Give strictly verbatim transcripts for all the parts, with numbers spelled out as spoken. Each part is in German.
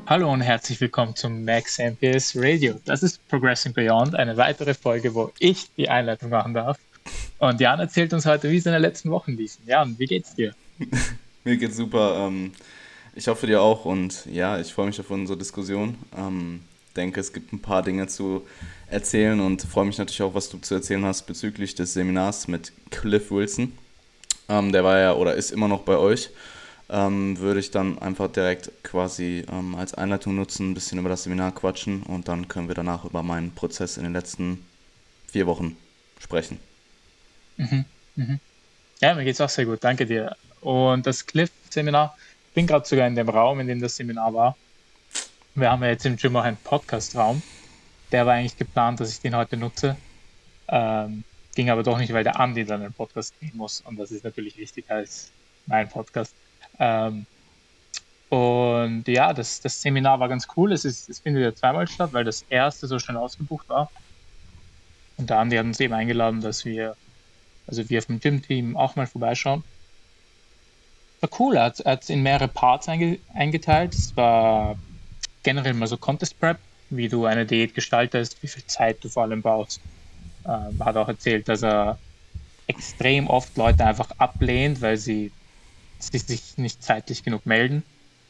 Hallo und herzlich willkommen zum Max M P S Radio. Das ist Progressing Beyond, eine weitere Folge, wo ich die Einleitung machen darf. Und Jan erzählt uns heute, wie seine letzten Wochen liefen. Jan, wie geht's dir? Mir geht's super. Ähm, ich hoffe dir auch und ja, ich freue mich auf unsere Diskussion. Ähm, denke, es gibt ein paar Dinge zu erzählen und freue mich natürlich auch, was du zu erzählen hast bezüglich des Seminars mit Cliff Wilson. Ähm, der war ja oder ist immer noch bei euch. Ähm, würde ich dann einfach direkt quasi ähm, als Einleitung nutzen, ein bisschen über das Seminar quatschen und dann können wir danach über meinen Prozess in den letzten vier Wochen sprechen. Mhm, mhm. Ja, mir geht's auch sehr gut, danke dir. Und das Cliff-Seminar, ich bin gerade sogar in dem Raum, in dem das Seminar war. Wir haben ja jetzt im Gym auch einen Podcast-Raum. Der war eigentlich geplant, dass ich den heute nutze. Ähm, Ging aber doch nicht, weil der Andi dann einen Podcast drehen muss. Und das ist natürlich wichtiger als mein Podcast. Ähm, Und ja, das, das Seminar war ganz cool. Es, ist, es findet ja zweimal statt, weil das erste so schnell ausgebucht war. Und der Andi hat uns eben eingeladen, dass wir, also wir vom Gym-Team auch mal vorbeischauen. War cool, er hat es in mehrere Parts einge, eingeteilt. Es war generell mal so Contest Prep, wie du eine Diät gestaltest, wie viel Zeit du vor allem brauchst. Ähm, hat auch erzählt, dass er extrem oft Leute einfach ablehnt, weil sie, sie sich nicht zeitlich genug melden.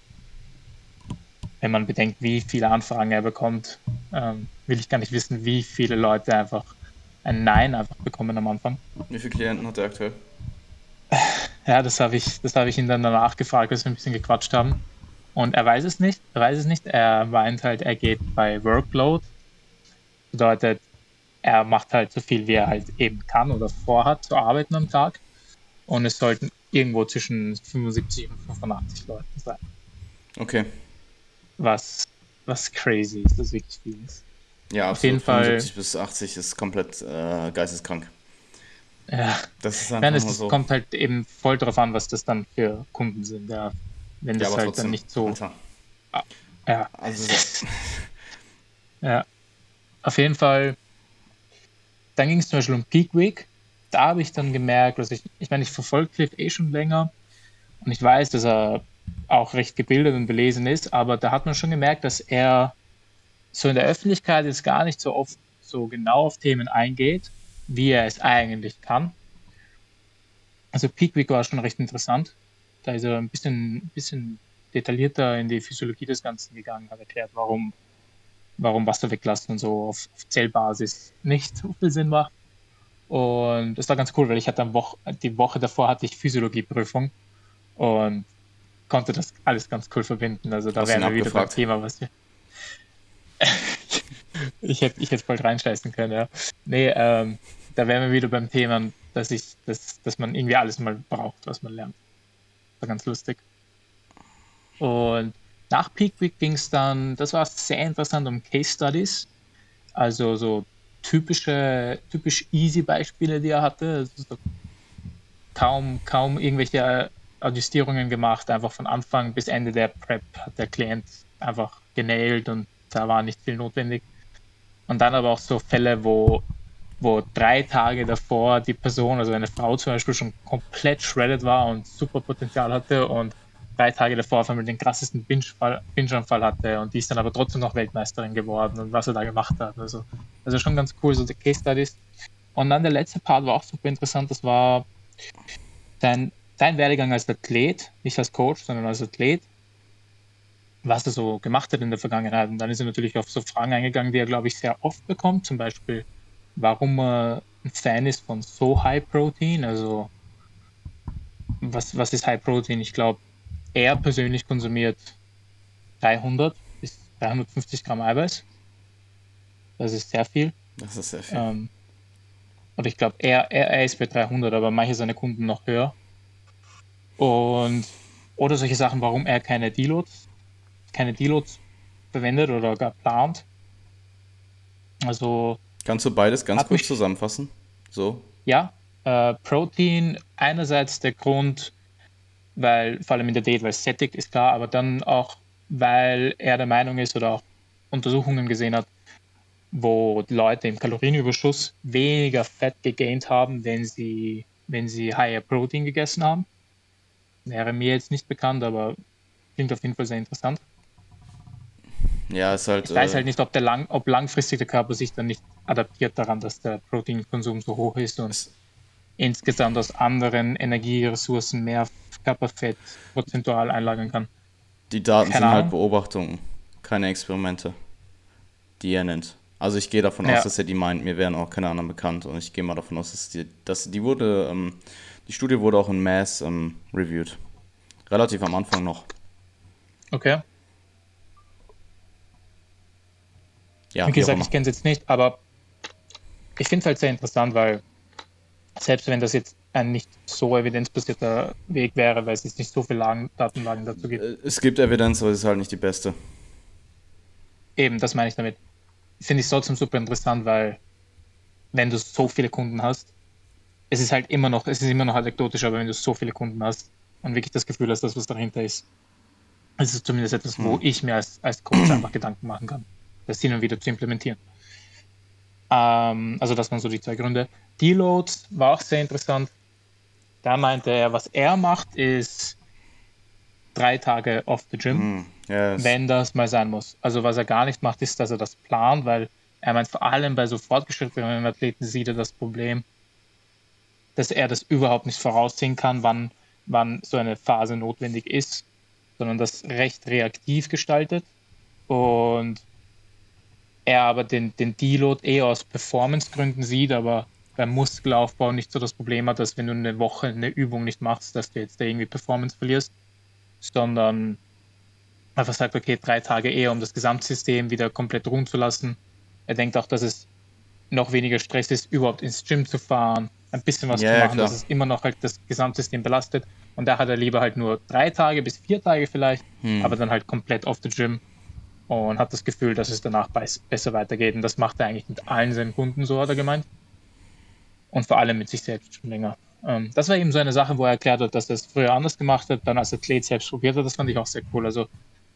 Wenn man bedenkt, wie viele Anfragen er bekommt, ähm, will ich gar nicht wissen, wie viele Leute einfach ein Nein einfach bekommen am Anfang. Wie viele Klienten hat er aktuell? Ja, das habe ich, das habe ich ihn dann danach gefragt, als wir ein bisschen gequatscht haben. Und er weiß es nicht, er weiß es nicht. Er meint halt, er geht bei Workload. Bedeutet, er macht halt so viel, wie er halt eben kann oder vorhat zu arbeiten am Tag. Und es sollten irgendwo zwischen fünfundsiebzig und fünfundachtzig Leuten sein. Okay. Was, was crazy ist, das wirklich viel ist. Ja, Auf jeden absolut. Fall, fünfundsiebzig bis achtzig ist komplett äh, geisteskrank. ja, Das ist nein, einfach es nur ist, so. kommt halt eben voll drauf an, was das dann für Kunden sind. Ja. Wenn Ja, das aber halt dann trotzdem, nicht so, Alter. ah, ja, Also, so- ja, auf jeden Fall. Dann ging es zum Beispiel um Peak Week. Da habe ich dann gemerkt, dass ich, ich meine, ich verfolge Cliff eh schon länger und ich weiß, dass er auch recht gebildet und belesen ist, aber da hat man schon gemerkt, dass er so in der Öffentlichkeit jetzt gar nicht so oft so genau auf Themen eingeht, wie er es eigentlich kann. Also Peak Week war schon recht interessant. Da ist er ein bisschen, bisschen detaillierter in die Physiologie des Ganzen gegangen, hat erklärt, warum, warum Wasser weglassen und so auf, auf Zellbasis nicht so viel Sinn macht. Und das war ganz cool, weil ich hatte am Woche, die Woche davor hatte ich Physiologieprüfung und konnte das alles ganz cool verbinden. Also da hast du ihn wären wir wieder beim abgefragt? Thema, was wir. ich hätte ich hätte voll reinscheißen können, ja. Nee, ähm, da wären wir wieder beim Thema, dass ich, dass, dass man irgendwie alles mal braucht, was man lernt. War ganz lustig. Und nach Peak Week ging es dann, das war sehr interessant, um Case Studies, also so typische, typisch easy Beispiele, die er hatte. Also so kaum, kaum irgendwelche Adjustierungen gemacht, einfach von Anfang bis Ende der Prep hat der Klient einfach genailt und da war nicht viel notwendig. Und dann aber auch so Fälle, wo, wo drei Tage davor die Person, also eine Frau zum Beispiel, schon komplett shredded war und super Potenzial hatte und drei Tage davor auf einmal den krassesten Binge-Fall, Binge-Anfall hatte und die ist dann aber trotzdem noch Weltmeisterin geworden und was er da gemacht hat. Also, also schon ganz cool, so die Case Studies. Und dann der letzte Part war auch super interessant, das war dein, dein Werdegang als Athlet, nicht als Coach, sondern als Athlet, was er so gemacht hat in der Vergangenheit. Und dann ist er natürlich auf so Fragen eingegangen, die er, glaube ich, sehr oft bekommt. Zum Beispiel, warum er ein Fan ist von so High Protein. Also, was, was ist High Protein? Ich glaube, er persönlich konsumiert dreihundert bis dreihundertfünfzig Gramm Eiweiß. Das ist sehr viel. Das ist sehr viel. Ähm, oder ich glaube, er, er, er ist bei dreihundert, aber manche seiner Kunden noch höher. Und, oder solche Sachen, warum er keine Deloads, keine Deloads verwendet oder gar plant. Also Kannst du beides ganz hat kurz mich, zusammenfassen? So? ja, äh, Protein einerseits der Grund, weil, vor allem in der Diät, weil es sättigt, ist klar, aber dann auch, weil er der Meinung ist oder auch Untersuchungen gesehen hat, wo die Leute im Kalorienüberschuss weniger Fett gegaint haben, wenn sie, wenn sie higher Protein gegessen haben. Wäre mir jetzt nicht bekannt, aber klingt auf jeden Fall sehr interessant. Ja, ist halt. Ich weiß Äh, halt nicht, ob, der lang, ob langfristig der Körper sich dann nicht adaptiert daran, dass der Proteinkonsum so hoch ist und es, insgesamt aus anderen Energieressourcen mehr Körperfett prozentual einlagern kann. die Daten Keine sind halt Ahnung. Beobachtungen, keine Experimente, die er nennt. Also ich gehe davon aus, Ja, dass er die meint, mir wären auch keine anderen bekannt und ich gehe mal davon aus, dass die, dass die wurde, ähm, die Studie wurde auch in Mass ähm, reviewed. Relativ am Anfang noch. okay. Ja, Wie wie auch gesagt, immer. ich kenne es jetzt nicht, aber ich finde es halt sehr interessant, weil selbst wenn das jetzt ein nicht so evidenzbasierter Weg wäre, weil es jetzt nicht so viele Lagen, Datenlagen dazu gibt, Äh, Es gibt Evidenz, aber es ist halt nicht die beste. eben, das meine ich damit. Finde ich es trotzdem super interessant, weil wenn du so viele Kunden hast, es ist halt immer noch, es ist immer noch anekdotisch, aber wenn du so viele Kunden hast und wirklich das Gefühl hast, dass was dahinter ist, ist es zumindest etwas, wo Hm. ich mir als, als Coach einfach Gedanken machen kann, das hin und wieder zu implementieren. Ähm, also das waren so die zwei Gründe. Deload war auch sehr interessant. Da meinte er, was er macht, ist drei Tage off the gym, Hm. Ja, es, wenn das mal sein muss. Also was er gar nicht macht, ist, dass er das plant, weil er meint, vor allem bei so fortgeschrittenen Athleten sieht er das Problem, dass er das überhaupt nicht voraussehen kann, wann, wann so eine Phase notwendig ist, sondern das recht reaktiv gestaltet und er aber den, den Deload eher aus Performance-Gründen sieht, aber beim Muskelaufbau nicht so das Problem hat, dass wenn du eine Woche eine Übung nicht machst, dass du jetzt da irgendwie Performance verlierst, sondern einfach sagt, okay, drei Tage eher, um das Gesamtsystem wieder komplett ruhen zu lassen. Er denkt auch, dass es noch weniger Stress ist, überhaupt ins Gym zu fahren, ein bisschen was ja, zu ja, machen, dass klar. es immer noch halt das Gesamtsystem belastet. Und da hat er lieber halt nur drei Tage bis vier Tage vielleicht, Hm. aber dann halt komplett off the Gym und hat das Gefühl, dass es danach besser weitergeht. Und das macht er eigentlich mit allen seinen Kunden, so hat er gemeint. Und vor allem mit sich selbst schon länger. Ähm, das war eben so eine Sache, wo er erklärt hat, dass er es früher anders gemacht hat, dann als Athlet selbst probiert hat. Das fand ich auch sehr cool. Also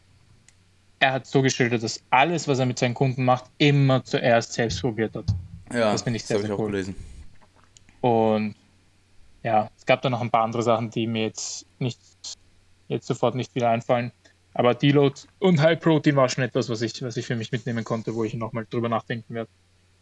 er hat so geschildert, dass alles, was er mit seinen Kunden macht, immer zuerst selbst probiert hat. Das Ja, finde ich das sehr, habe ich sehr auch cool. gelesen. Und ja, es gab da noch ein paar andere Sachen, die mir jetzt nicht jetzt sofort nicht wieder einfallen. Aber Deload und High Protein war schon etwas, was ich, was ich für mich mitnehmen konnte, wo ich nochmal drüber nachdenken werde.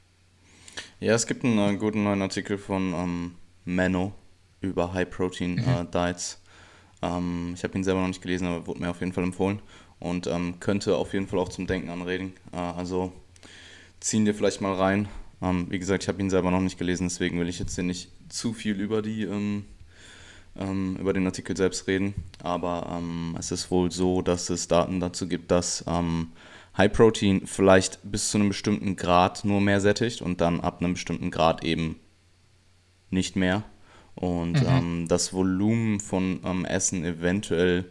Ja, es gibt einen äh, guten neuen Artikel von ähm, Menno über High Protein Mhm. äh, Diets. Ähm, ich habe ihn selber noch nicht gelesen, aber wurde mir auf jeden Fall empfohlen und ähm, könnte auf jeden Fall auch zum Denken anregen. Äh, also ziehen dir vielleicht mal rein. Ähm, wie gesagt, ich habe ihn selber noch nicht gelesen, deswegen will ich jetzt hier nicht zu viel über die ähm, ähm, über den Artikel selbst reden. Aber ähm, es ist wohl so, dass es Daten dazu gibt, dass ähm, High Protein vielleicht bis zu einem bestimmten Grad nur mehr sättigt und dann ab einem bestimmten Grad eben nicht mehr. Und Mhm. ähm, das Volumen von ähm, Essen eventuell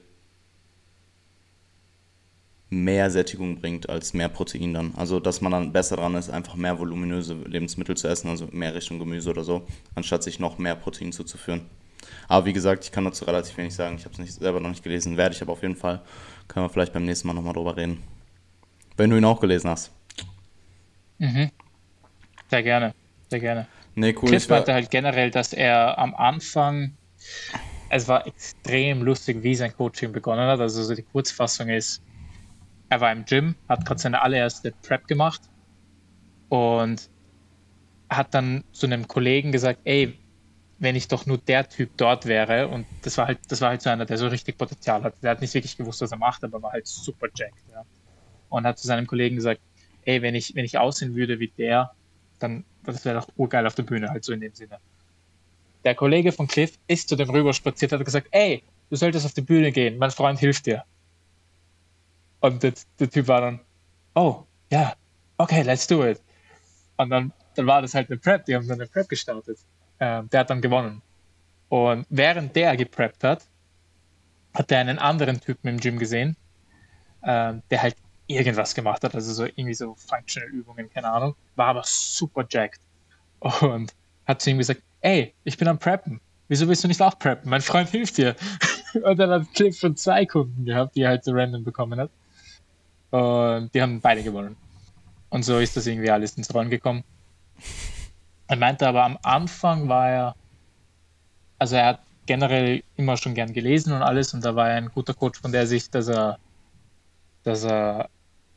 mehr Sättigung bringt als mehr Protein dann. Also dass man dann besser dran ist, einfach mehr voluminöse Lebensmittel zu essen, also mehr Richtung Gemüse oder so, anstatt sich noch mehr Protein zuzuführen. Aber wie gesagt, ich kann dazu relativ wenig sagen. Ich habe es nicht, selber noch nicht gelesen, werde ich aber auf jeden Fall. Können wir vielleicht beim nächsten Mal nochmal drüber reden. Wenn du ihn auch gelesen hast. Mhm. Sehr gerne, sehr gerne. Nee, cool, Cliff ich wär, meinte halt generell, dass er am Anfang, es war extrem lustig, wie sein Coaching begonnen hat. Also so die Kurzfassung ist, er war im Gym, hat gerade seine allererste Prep gemacht und hat dann zu einem Kollegen gesagt, ey, wenn ich doch nur der Typ dort wäre, und das war halt, das war halt so einer, der so richtig Potenzial hat. Der hat nicht wirklich gewusst, was er macht, aber war halt super jacked, ja. Und hat zu seinem Kollegen gesagt, ey, wenn ich, wenn ich aussehen würde wie der, dann, das wäre doch urgeil auf der Bühne, halt so in dem Sinne. Der Kollege von Cliff ist zu dem rüber spaziert, hat gesagt, ey, du solltest auf die Bühne gehen, mein Freund hilft dir. Und der, der Typ war dann, oh, ja, okay, let's do it. Und dann, dann war das halt eine Prep, die haben dann eine Prep gestartet. Ähm, der hat dann gewonnen. Und während der gepreppt hat, hat er einen anderen Typen im Gym gesehen, ähm, der halt irgendwas gemacht hat, also so irgendwie so Functional-Übungen, keine Ahnung, war aber super jacked und hat zu ihm gesagt, ey, ich bin am Preppen, wieso willst du nicht auch preppen? Mein Freund hilft dir. Und dann hat Cliff schon zwei Kunden gehabt, die er halt so random bekommen hat und die haben beide gewonnen. Und so ist das irgendwie alles ins Rollen gekommen. Er meinte aber, am Anfang war er, also er hat generell immer schon gern gelesen und alles und da war er ein guter Coach von der Sicht, dass er, dass er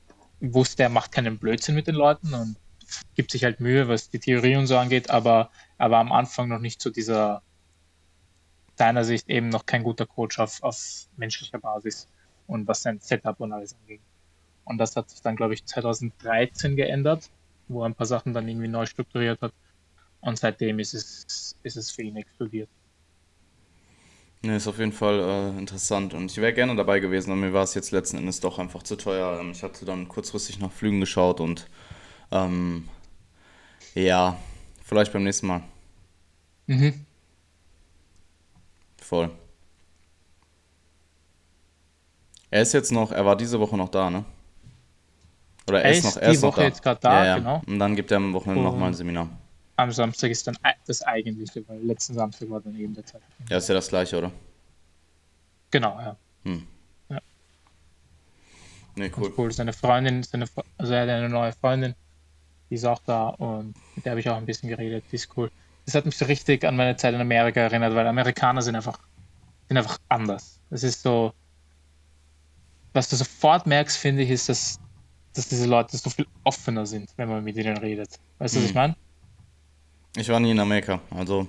wusste, er macht keinen Blödsinn mit den Leuten und gibt sich halt Mühe, was die Theorie und so angeht, aber er war am Anfang noch nicht zu dieser, seiner Sicht eben noch kein guter Coach auf, auf menschlicher Basis und was sein Setup und alles angeht. Und das hat sich dann, glaube ich, zwanzig dreizehn geändert, wo er ein paar Sachen dann irgendwie neu strukturiert hat. Und seitdem ist es, ist es für ihn explodiert. Ne, ist auf jeden Fall äh, interessant und ich wäre gerne dabei gewesen, aber mir war es jetzt letzten Endes doch einfach zu teuer. Ähm, Ich hatte dann kurzfristig nach Flügen geschaut und ähm, ja, vielleicht beim nächsten Mal. Mhm. Voll. Er ist jetzt noch, er war diese Woche noch da, ne? Oder er Er ist noch, ist er die ist noch Woche da. jetzt gerade Ja, da, ja. genau. Und dann gibt er am Wochenende nochmal ein Und Seminar. am Samstag ist dann ei- das Eigentliche, weil letzten Samstag war dann eben der Zeit. Ja, ist ja das gleiche, oder? Genau, ja. Hm. Ja, Ne, ganz cool. cool. Seine Freundin, seine, Fre- also er hat eine neue Freundin, die ist auch da und mit der habe ich auch ein bisschen geredet, die ist cool. Das hat mich so richtig an meine Zeit in Amerika erinnert, weil Amerikaner sind einfach, sind einfach anders. Es ist so, was du sofort merkst, finde ich, ist, dass, dass diese Leute so viel offener sind, wenn man mit ihnen redet. Weißt du, was ich Hm. meine? Ich war nie in Amerika, also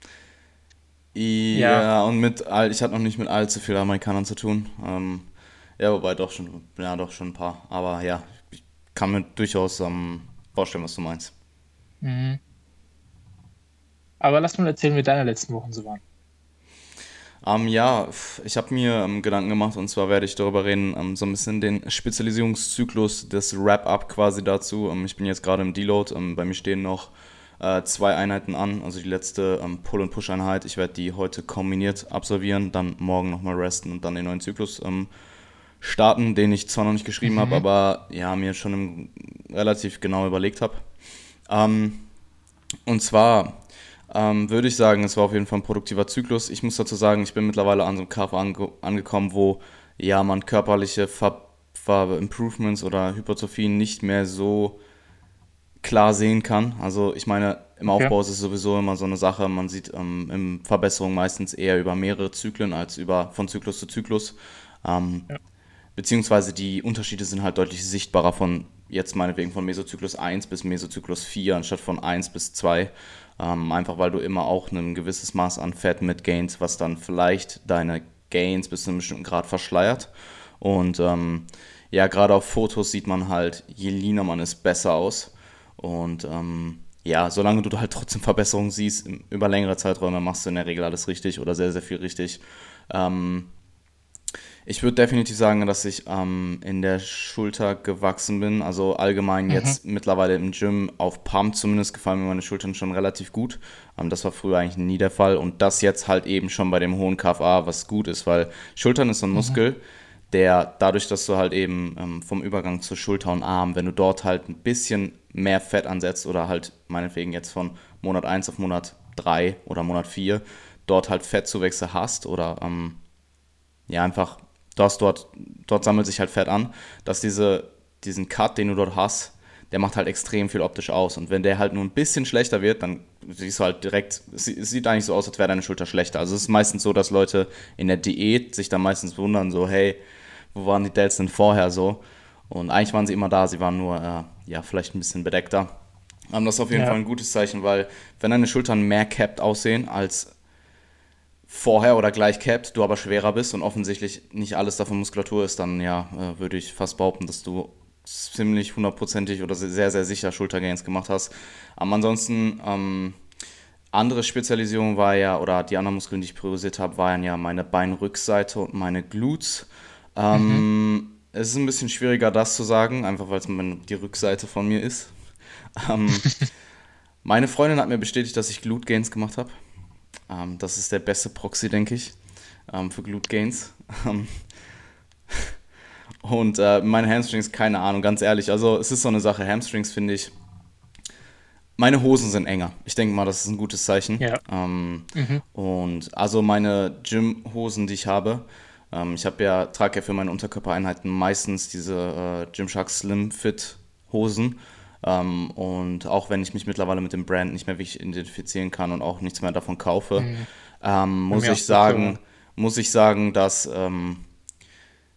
Ja, ja, und mit all, ich hatte noch nicht mit allzu vielen Amerikanern zu tun. Ähm, ja, wobei doch schon, ja, doch schon ein paar. Aber ja, ich kann mir durchaus ähm, vorstellen, was du meinst. mhm. Aber lass mal erzählen, wie deine letzten Wochen so waren. Ähm, ja, f- ich habe mir ähm, Gedanken gemacht und zwar werde ich darüber reden, ähm, so ein bisschen den Spezialisierungszyklus des Wrap-Up quasi dazu. Ähm, ich bin jetzt gerade im Deload, ähm, bei mir stehen noch äh, zwei Einheiten an, also die letzte ähm, Pull- und Push-Einheit. Ich werde die heute kombiniert absolvieren, dann morgen nochmal resten und dann den neuen Zyklus ähm, starten, den ich zwar noch nicht geschrieben habe, Mhm. aber ja, mir schon im, relativ genau überlegt habe. Ähm, und zwar ähm, würde ich sagen, es war auf jeden Fall ein produktiver Zyklus. Ich muss dazu sagen, ich bin mittlerweile an so einem K V ange angekommen, wo ja man körperliche Ver Ver Improvements oder Hypertrophien nicht mehr so klar sehen kann. Also ich meine, im Okay. Aufbau ist es sowieso immer so eine Sache, man sieht ähm, in Verbesserungen meistens eher über mehrere Zyklen als über von Zyklus zu Zyklus. Ähm, Ja. Beziehungsweise die Unterschiede sind halt deutlich sichtbarer von jetzt meinetwegen von Mesozyklus eins bis Mesozyklus vier anstatt von eins bis zwei. Ähm, einfach weil du immer auch ein gewisses Maß an Fett mit gainst, was dann vielleicht deine Gains bis zu einem bestimmten Grad verschleiert. Und ähm, ja, gerade auf Fotos sieht man halt, je leaner man ist, besser aus. Und ähm, ja, solange du halt trotzdem Verbesserungen siehst, über längere Zeiträume machst du in der Regel alles richtig oder sehr, sehr viel richtig. Ähm, Ich würde definitiv sagen, dass ich ähm, in der Schulter gewachsen bin. Also allgemein Mhm. jetzt mittlerweile im Gym auf Pump zumindest gefallen mir meine Schultern schon relativ gut. Ähm, das war früher eigentlich nie der Fall. Und das jetzt halt eben schon bei dem hohen K F A, was gut ist, weil Schultern ist so ein Mhm. Muskel, der dadurch, dass du halt eben ähm, vom Übergang zur Schulter und Arm, wenn du dort halt ein bisschen mehr Fett ansetzt oder halt meinetwegen jetzt von Monat eins auf Monat drei oder Monat vier dort halt Fettzuwächse hast oder ähm, ja, einfach, du hast dort, dort sammelt sich halt Fett an, dass diese, diesen Cut, den du dort hast, der macht halt extrem viel optisch aus. Und wenn der halt nur ein bisschen schlechter wird, dann siehst du halt direkt, es sieht es sieht eigentlich so aus, als wäre deine Schulter schlechter. Also es ist meistens so, dass Leute in der Diät sich dann meistens wundern, so, hey, wo waren die Delts denn vorher so? Und eigentlich waren sie immer da, sie waren nur, äh, ja, vielleicht ein bisschen bedeckter. Aber das ist auf jeden Fall Ja. ein gutes Zeichen, weil wenn deine Schultern mehr capped aussehen als vorher oder gleich capped, du aber schwerer bist und offensichtlich nicht alles davon Muskulatur ist, dann ja, äh, würde ich fast behaupten, dass du ziemlich hundertprozentig oder sehr, sehr sicher Schultergains gemacht hast. Aber ansonsten, ähm, andere Spezialisierung war ja, oder die anderen Muskeln, die ich priorisiert habe, waren ja meine Beinrückseite und meine Glutes. Mhm. Ähm, es ist ein bisschen schwieriger, das zu sagen, einfach weil es die Rückseite von mir ist. Ähm, Meine Freundin hat mir bestätigt, dass ich Glute Gains gemacht habe. Ähm, das ist der beste Proxy, denke ich, ähm, für Glute Gains. Ähm, und äh, meine Hamstrings, keine Ahnung, ganz ehrlich. Also es ist so eine Sache, Hamstrings finde ich, meine Hosen sind enger. Ich denke mal, das ist ein gutes Zeichen. Ja. Ähm, Mhm. und also meine Gym-Hosen, die ich habe, ähm, ich habe ja, trage ja für meine Unterkörpereinheiten meistens diese äh, Gymshark Slim Fit Hosen. Ähm, und auch wenn ich mich mittlerweile mit dem Brand nicht mehr wirklich identifizieren kann und auch nichts mehr davon kaufe, Mhm. ähm, Bei muss mir auch ich dazu, ja. sagen, muss ich sagen, dass ähm,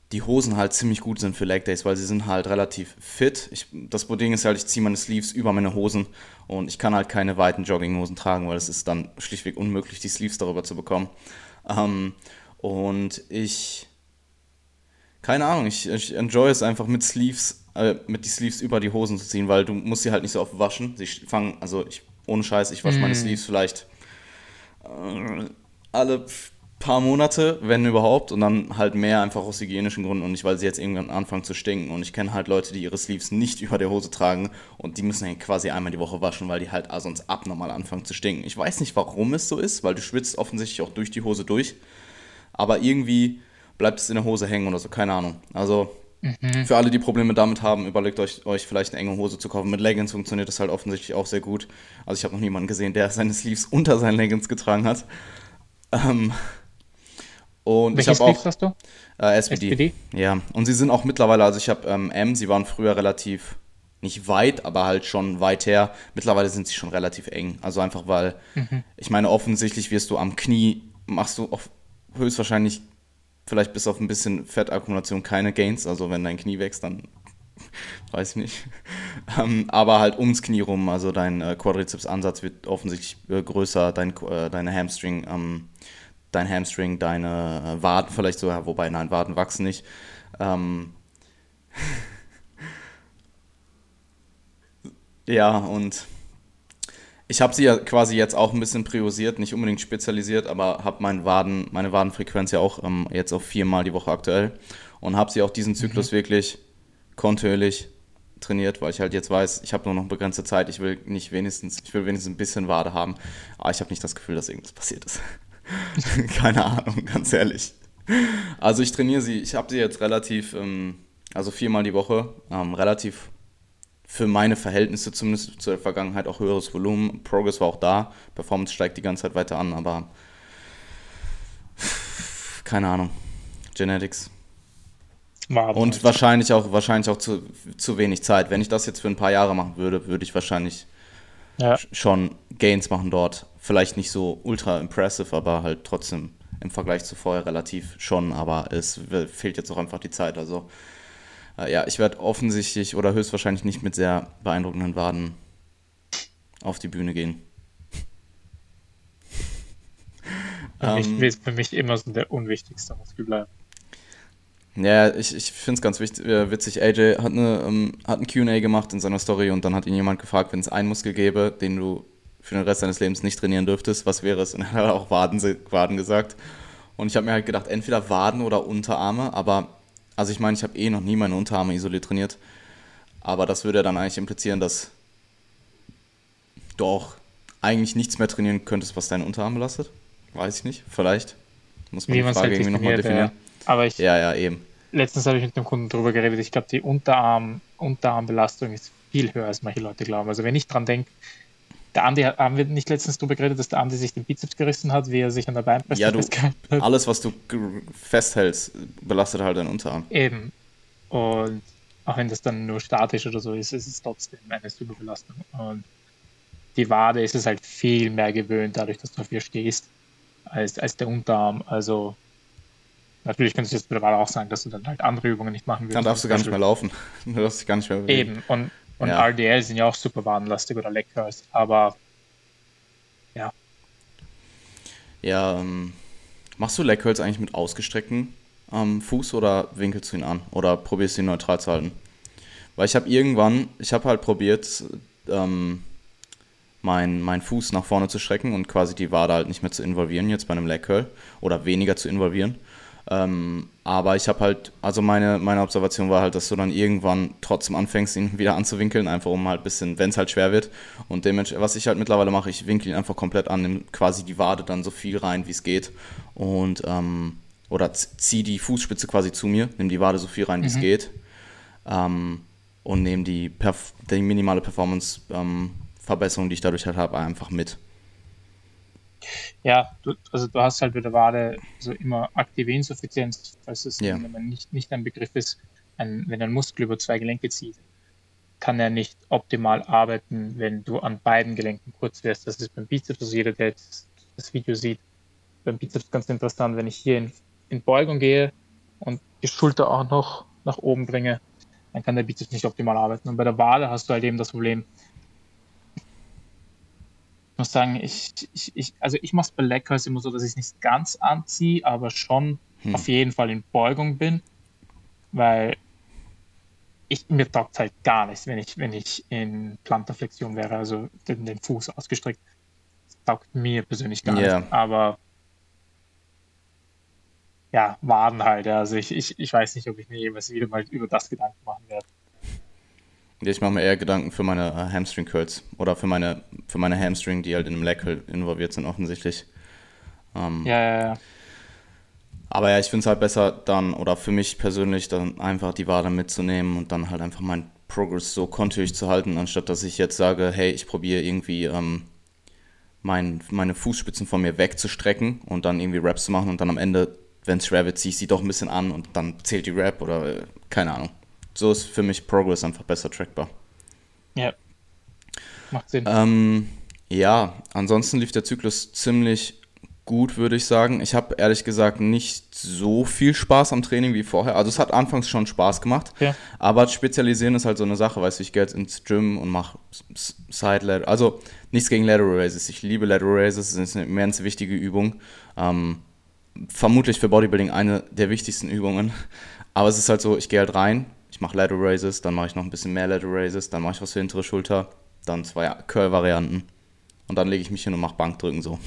die Hosen halt ziemlich gut sind für Leg Days, weil sie sind halt relativ fit. Ich, das Ding ist halt, ich ziehe meine Sleeves über meine Hosen und ich kann halt keine weiten Jogginghosen tragen, weil es ist dann schlichtweg unmöglich, die Sleeves darüber zu bekommen. Ähm, und ich, keine Ahnung, ich, ich enjoy es einfach mit Sleeves, äh, mit die Sleeves über die Hosen zu ziehen, weil du musst sie halt nicht so oft waschen. Sie fangen, also ich, ohne Scheiß, ich wasche meine Mm. Sleeves vielleicht äh, alle paar Monate, wenn überhaupt, und dann halt mehr einfach aus hygienischen Gründen und nicht, weil sie jetzt irgendwann anfangen zu stinken. Und ich kenne halt Leute, die ihre Sleeves nicht über der Hose tragen und die müssen dann quasi einmal die Woche waschen, weil die halt sonst abnormal anfangen zu stinken. Ich weiß nicht, warum es so ist, weil du schwitzt offensichtlich auch durch die Hose durch, aber irgendwie bleibt es in der Hose hängen oder so, keine Ahnung. Also Mhm. für alle, die Probleme damit haben, überlegt euch, euch vielleicht eine enge Hose zu kaufen. Mit Leggings funktioniert das halt offensichtlich auch sehr gut. Also ich habe noch niemanden gesehen, der seine Sleeves unter seinen Leggings getragen hat. Ähm, und ich Welche habe Sleeves auch hast du? äh, S P D. S P D? Ja, und sie sind auch mittlerweile, also ich habe ähm, M, sie waren früher relativ, nicht weit, aber halt schon weit her. Mittlerweile sind sie schon relativ eng. Also einfach weil, Mhm. ich meine, offensichtlich wirst du am Knie, machst du auf, höchstwahrscheinlich vielleicht bis auf ein bisschen Fettakkumulation keine Gains. Also wenn dein Knie wächst, dann weiß ich nicht. Ähm, aber halt ums Knie rum, also dein äh, Quadrizeps-Ansatz wird offensichtlich äh, größer, dein, äh, deine Hamstring, ähm, dein Hamstring, deine äh, Waden vielleicht sogar, wobei nein, Waden wachsen nicht. Ähm, ja, und ich habe sie ja quasi jetzt auch ein bisschen priorisiert, nicht unbedingt spezialisiert, aber habe mein Waden, meine Wadenfrequenz ja auch ähm, jetzt auf viermal die Woche aktuell und habe sie auch diesen Mhm. Zyklus wirklich kontinuierlich trainiert, weil ich halt jetzt weiß, ich habe nur noch begrenzte Zeit, ich will nicht wenigstens, ich will wenigstens ein bisschen Wade haben, aber ich habe nicht das Gefühl, dass irgendwas passiert ist. Keine Ahnung, ganz ehrlich. Also ich trainiere sie, ich habe sie jetzt relativ, ähm, also viermal die Woche, ähm, relativ für meine Verhältnisse zumindest zur Vergangenheit auch höheres Volumen. Progress war auch da, Performance steigt die ganze Zeit weiter an, aber keine Ahnung, Genetics. Waden Und halt. wahrscheinlich auch, wahrscheinlich auch zu, zu wenig Zeit. Wenn ich das jetzt für ein paar Jahre machen würde, würde ich wahrscheinlich Ja, schon Gains machen dort. Vielleicht nicht so ultra impressive, aber halt trotzdem im Vergleich zu vorher relativ schon. Aber es fehlt jetzt auch einfach die Zeit. Also äh, ja, ich werde offensichtlich oder höchstwahrscheinlich nicht mit sehr beeindruckenden Waden auf die Bühne gehen. für mich Ähm, wird für mich immer so der unwichtigste Muskel bleiben. ja, ich, ich finde es ganz wichtig, äh, witzig. A J hat, eine, ähm, hat ein Q und A gemacht in seiner Story und dann hat ihn jemand gefragt, wenn es einen Muskel gäbe, den du für den Rest deines Lebens nicht trainieren dürftest, was wäre es? Und er hat auch Waden, Waden gesagt. Und ich habe mir halt gedacht, entweder Waden oder Unterarme, aber, also ich meine, ich habe eh noch nie meine Unterarme isoliert trainiert, aber das würde dann eigentlich implizieren, dass du auch eigentlich nichts mehr trainieren könntest, was deine Unterarme belastet. Weiß ich nicht, vielleicht. Muss man Wie die man es Frage halt irgendwie nochmal definiert, definieren. ja. Aber ich, Ja, ja, eben. letztens habe ich mit dem Kunden drüber geredet, ich glaube, die Unterarm, Unterarmbelastung ist viel höher, als manche Leute glauben. Also wenn ich dran denke, der Andi, hat- haben wir nicht letztens drüber geredet, dass der Andi sich den Bizeps gerissen hat, wie er sich an der Ja, Beinpresse du, festgehalten hat? alles, was du g- festhältst, belastet halt deinen Unterarm. Eben. Und auch wenn das dann nur statisch oder so ist, ist es trotzdem eine Superbelastung. Und die Wade ist es halt viel mehr gewöhnt, dadurch, dass du auf ihr stehst, als, als der Unterarm. Also natürlich könntest du jetzt bei der Wade auch sagen, dass du dann halt andere Übungen nicht machen Dann würdest, wie darfst du zum gar nicht mehr Beispiel laufen. Du darfst dich gar nicht mehr bewegen. eben. Und, und Ja. R D L sind ja auch super wadenlastig oder Leg Curls. Aber ja, Ja, ähm, machst du Leg Curls eigentlich mit ausgestrecktem ähm, Fuß oder winkelst du ihn an? Oder probierst du ihn neutral zu halten? Weil ich habe irgendwann, ich habe halt probiert, ähm, meinen mein Fuß nach vorne zu strecken und quasi die Wade halt nicht mehr zu involvieren, jetzt bei einem Leg Curl. Oder weniger zu involvieren. Ähm, aber ich habe halt, also meine, meine Observation war halt, dass du dann irgendwann trotzdem anfängst, ihn wieder anzuwinkeln, einfach um halt ein bisschen, wenn es halt schwer wird. Und dementsprechend, was ich halt mittlerweile mache, ich winkel ihn einfach komplett an, nimm quasi die Wade dann so viel rein, wie es geht. Und, ähm, oder zieh die Fußspitze quasi zu mir, nimm die Wade so viel rein, wie es mhm. geht. Ähm, und nehme die, Perf die minimale Performance-Verbesserung, die ich dadurch halt habe, einfach mit. Ja, du, also du hast halt bei der Wade so immer aktive Insuffizienz, falls es Ja. wenn nicht, nicht ein Begriff ist, ein, wenn ein Muskel über zwei Gelenke zieht, kann er nicht optimal arbeiten, wenn du an beiden Gelenken kurz wärst. Das ist beim Bizeps, also jeder, der jetzt das Video sieht, beim Bizeps ganz interessant, wenn ich hier in, in Beugung gehe und die Schulter auch noch nach oben bringe, dann kann der Bizeps nicht optimal arbeiten. Und bei der Wade hast du halt eben das Problem. Ich muss sagen, ich, ich, ich also ich mache es bei Leg Curls immer so, dass ich es nicht ganz anziehe, aber schon hm. auf jeden Fall in Beugung bin, weil ich, mir taugt halt gar nichts, wenn ich, wenn ich in Plantarflexion wäre, also den, den Fuß ausgestreckt. Das taugt mir persönlich gar yeah. nicht, aber ja, Waden halt. Ja. Also ich, ich, ich weiß nicht, ob ich mir jemals wieder mal über das Gedanken machen werde. Ich mache mir eher Gedanken für meine äh, Hamstring-Curls oder für meine, für meine Hamstring, die halt in einem Leg Curl involviert sind offensichtlich. Ähm, ja, ja, ja. Aber ja, ich finde es halt besser dann, oder für mich persönlich, dann einfach die Wade mitzunehmen und dann halt einfach meinen Progress so kontinuierlich zu halten, anstatt dass ich jetzt sage, hey, ich probiere irgendwie ähm, mein, meine Fußspitzen von mir wegzustrecken und dann irgendwie Raps zu machen und dann am Ende, wenn es schwer wird, ziehe ich sie doch ein bisschen an und dann zählt die Rap oder äh, keine Ahnung. So ist für mich Progress einfach besser trackbar. Ja, macht Sinn. Ähm, ja, ansonsten lief der Zyklus ziemlich gut, würde ich sagen. Ich habe ehrlich gesagt nicht so viel Spaß am Training wie vorher. Also es hat anfangs schon Spaß gemacht, ja. aber Spezialisieren ist halt so eine Sache, weißt du, ich gehe jetzt ins Gym und mache Side-Lateral, also nichts gegen Lateral Raises. Ich liebe Lateral Raises, es ist eine immens wichtige Übung. Ähm, vermutlich für Bodybuilding eine der wichtigsten Übungen. Aber es ist halt so, ich gehe halt rein, ich mache Lateral Raises, dann mache ich noch ein bisschen mehr Lateral Raises, dann mache ich was für hintere Schulter, dann zwei Curl-Varianten und dann lege ich mich hin und mache Bankdrücken so.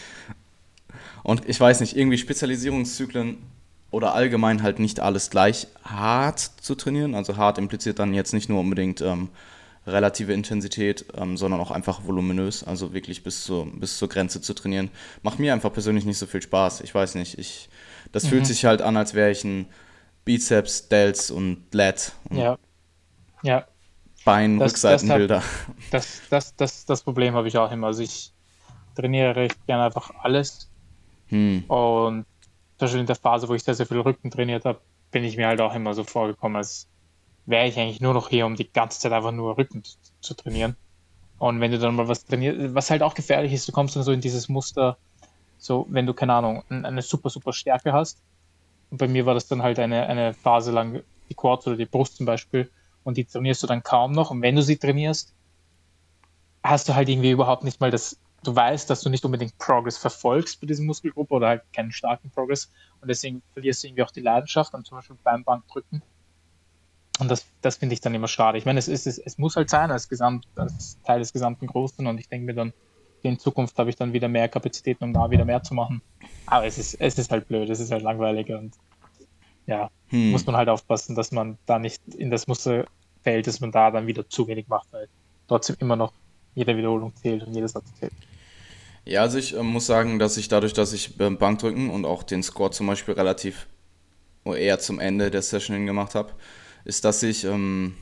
Und ich weiß nicht, irgendwie Spezialisierungszyklen oder allgemein halt nicht alles gleich hart zu trainieren. Also hart impliziert dann jetzt nicht nur unbedingt ähm, relative Intensität, ähm, sondern auch einfach voluminös, also wirklich bis zur, bis zur Grenze zu trainieren. Macht mir einfach persönlich nicht so viel Spaß. Ich weiß nicht, ich, das mhm. fühlt sich halt an, als wäre ich ein Bizeps, Delts und Lat und ja. Ja. Bein, das, Rückseitenbilder. Das, das, das, das, das Problem habe ich auch immer. Also ich trainiere recht gerne einfach alles. Hm. Und zum Beispiel in der Phase, wo ich sehr, sehr viel Rücken trainiert habe, bin ich mir halt auch immer so vorgekommen, als wäre ich eigentlich nur noch hier, um die ganze Zeit einfach nur Rücken zu, zu trainieren. Und wenn du dann mal was trainierst, was halt auch gefährlich ist, du kommst dann so in dieses Muster, so wenn du, keine Ahnung, eine super, super Stärke hast. Und bei mir war das dann halt eine, eine Phase lang die Quads oder die Brust zum Beispiel. Und die trainierst du dann kaum noch. Und wenn du sie trainierst, hast du halt irgendwie überhaupt nicht mal das, du weißt, dass du nicht unbedingt Progress verfolgst bei dieser Muskelgruppe oder halt keinen starken Progress. Und deswegen verlierst du irgendwie auch die Leidenschaft, dann zum Beispiel beim Bankdrücken. Und das, das finde ich dann immer schade. Ich meine, es, ist, es, es muss halt sein als, Gesamt, als Teil des gesamten Großen. Und ich denke mir dann, in Zukunft habe ich dann wieder mehr Kapazitäten, um da wieder mehr zu machen. Aber es ist, es ist halt blöd, es ist halt langweilig und ja, hm. muss man halt aufpassen, dass man da nicht in das Muster fällt, dass man da dann wieder zu wenig macht, weil trotzdem immer noch jede Wiederholung zählt und jeder Satz zählt. Ja, also ich äh, muss sagen, dass ich dadurch, dass ich beim Bankdrücken und auch den Squat zum Beispiel relativ eher zum Ende der Session hin gemacht habe, ist, dass ich ähm,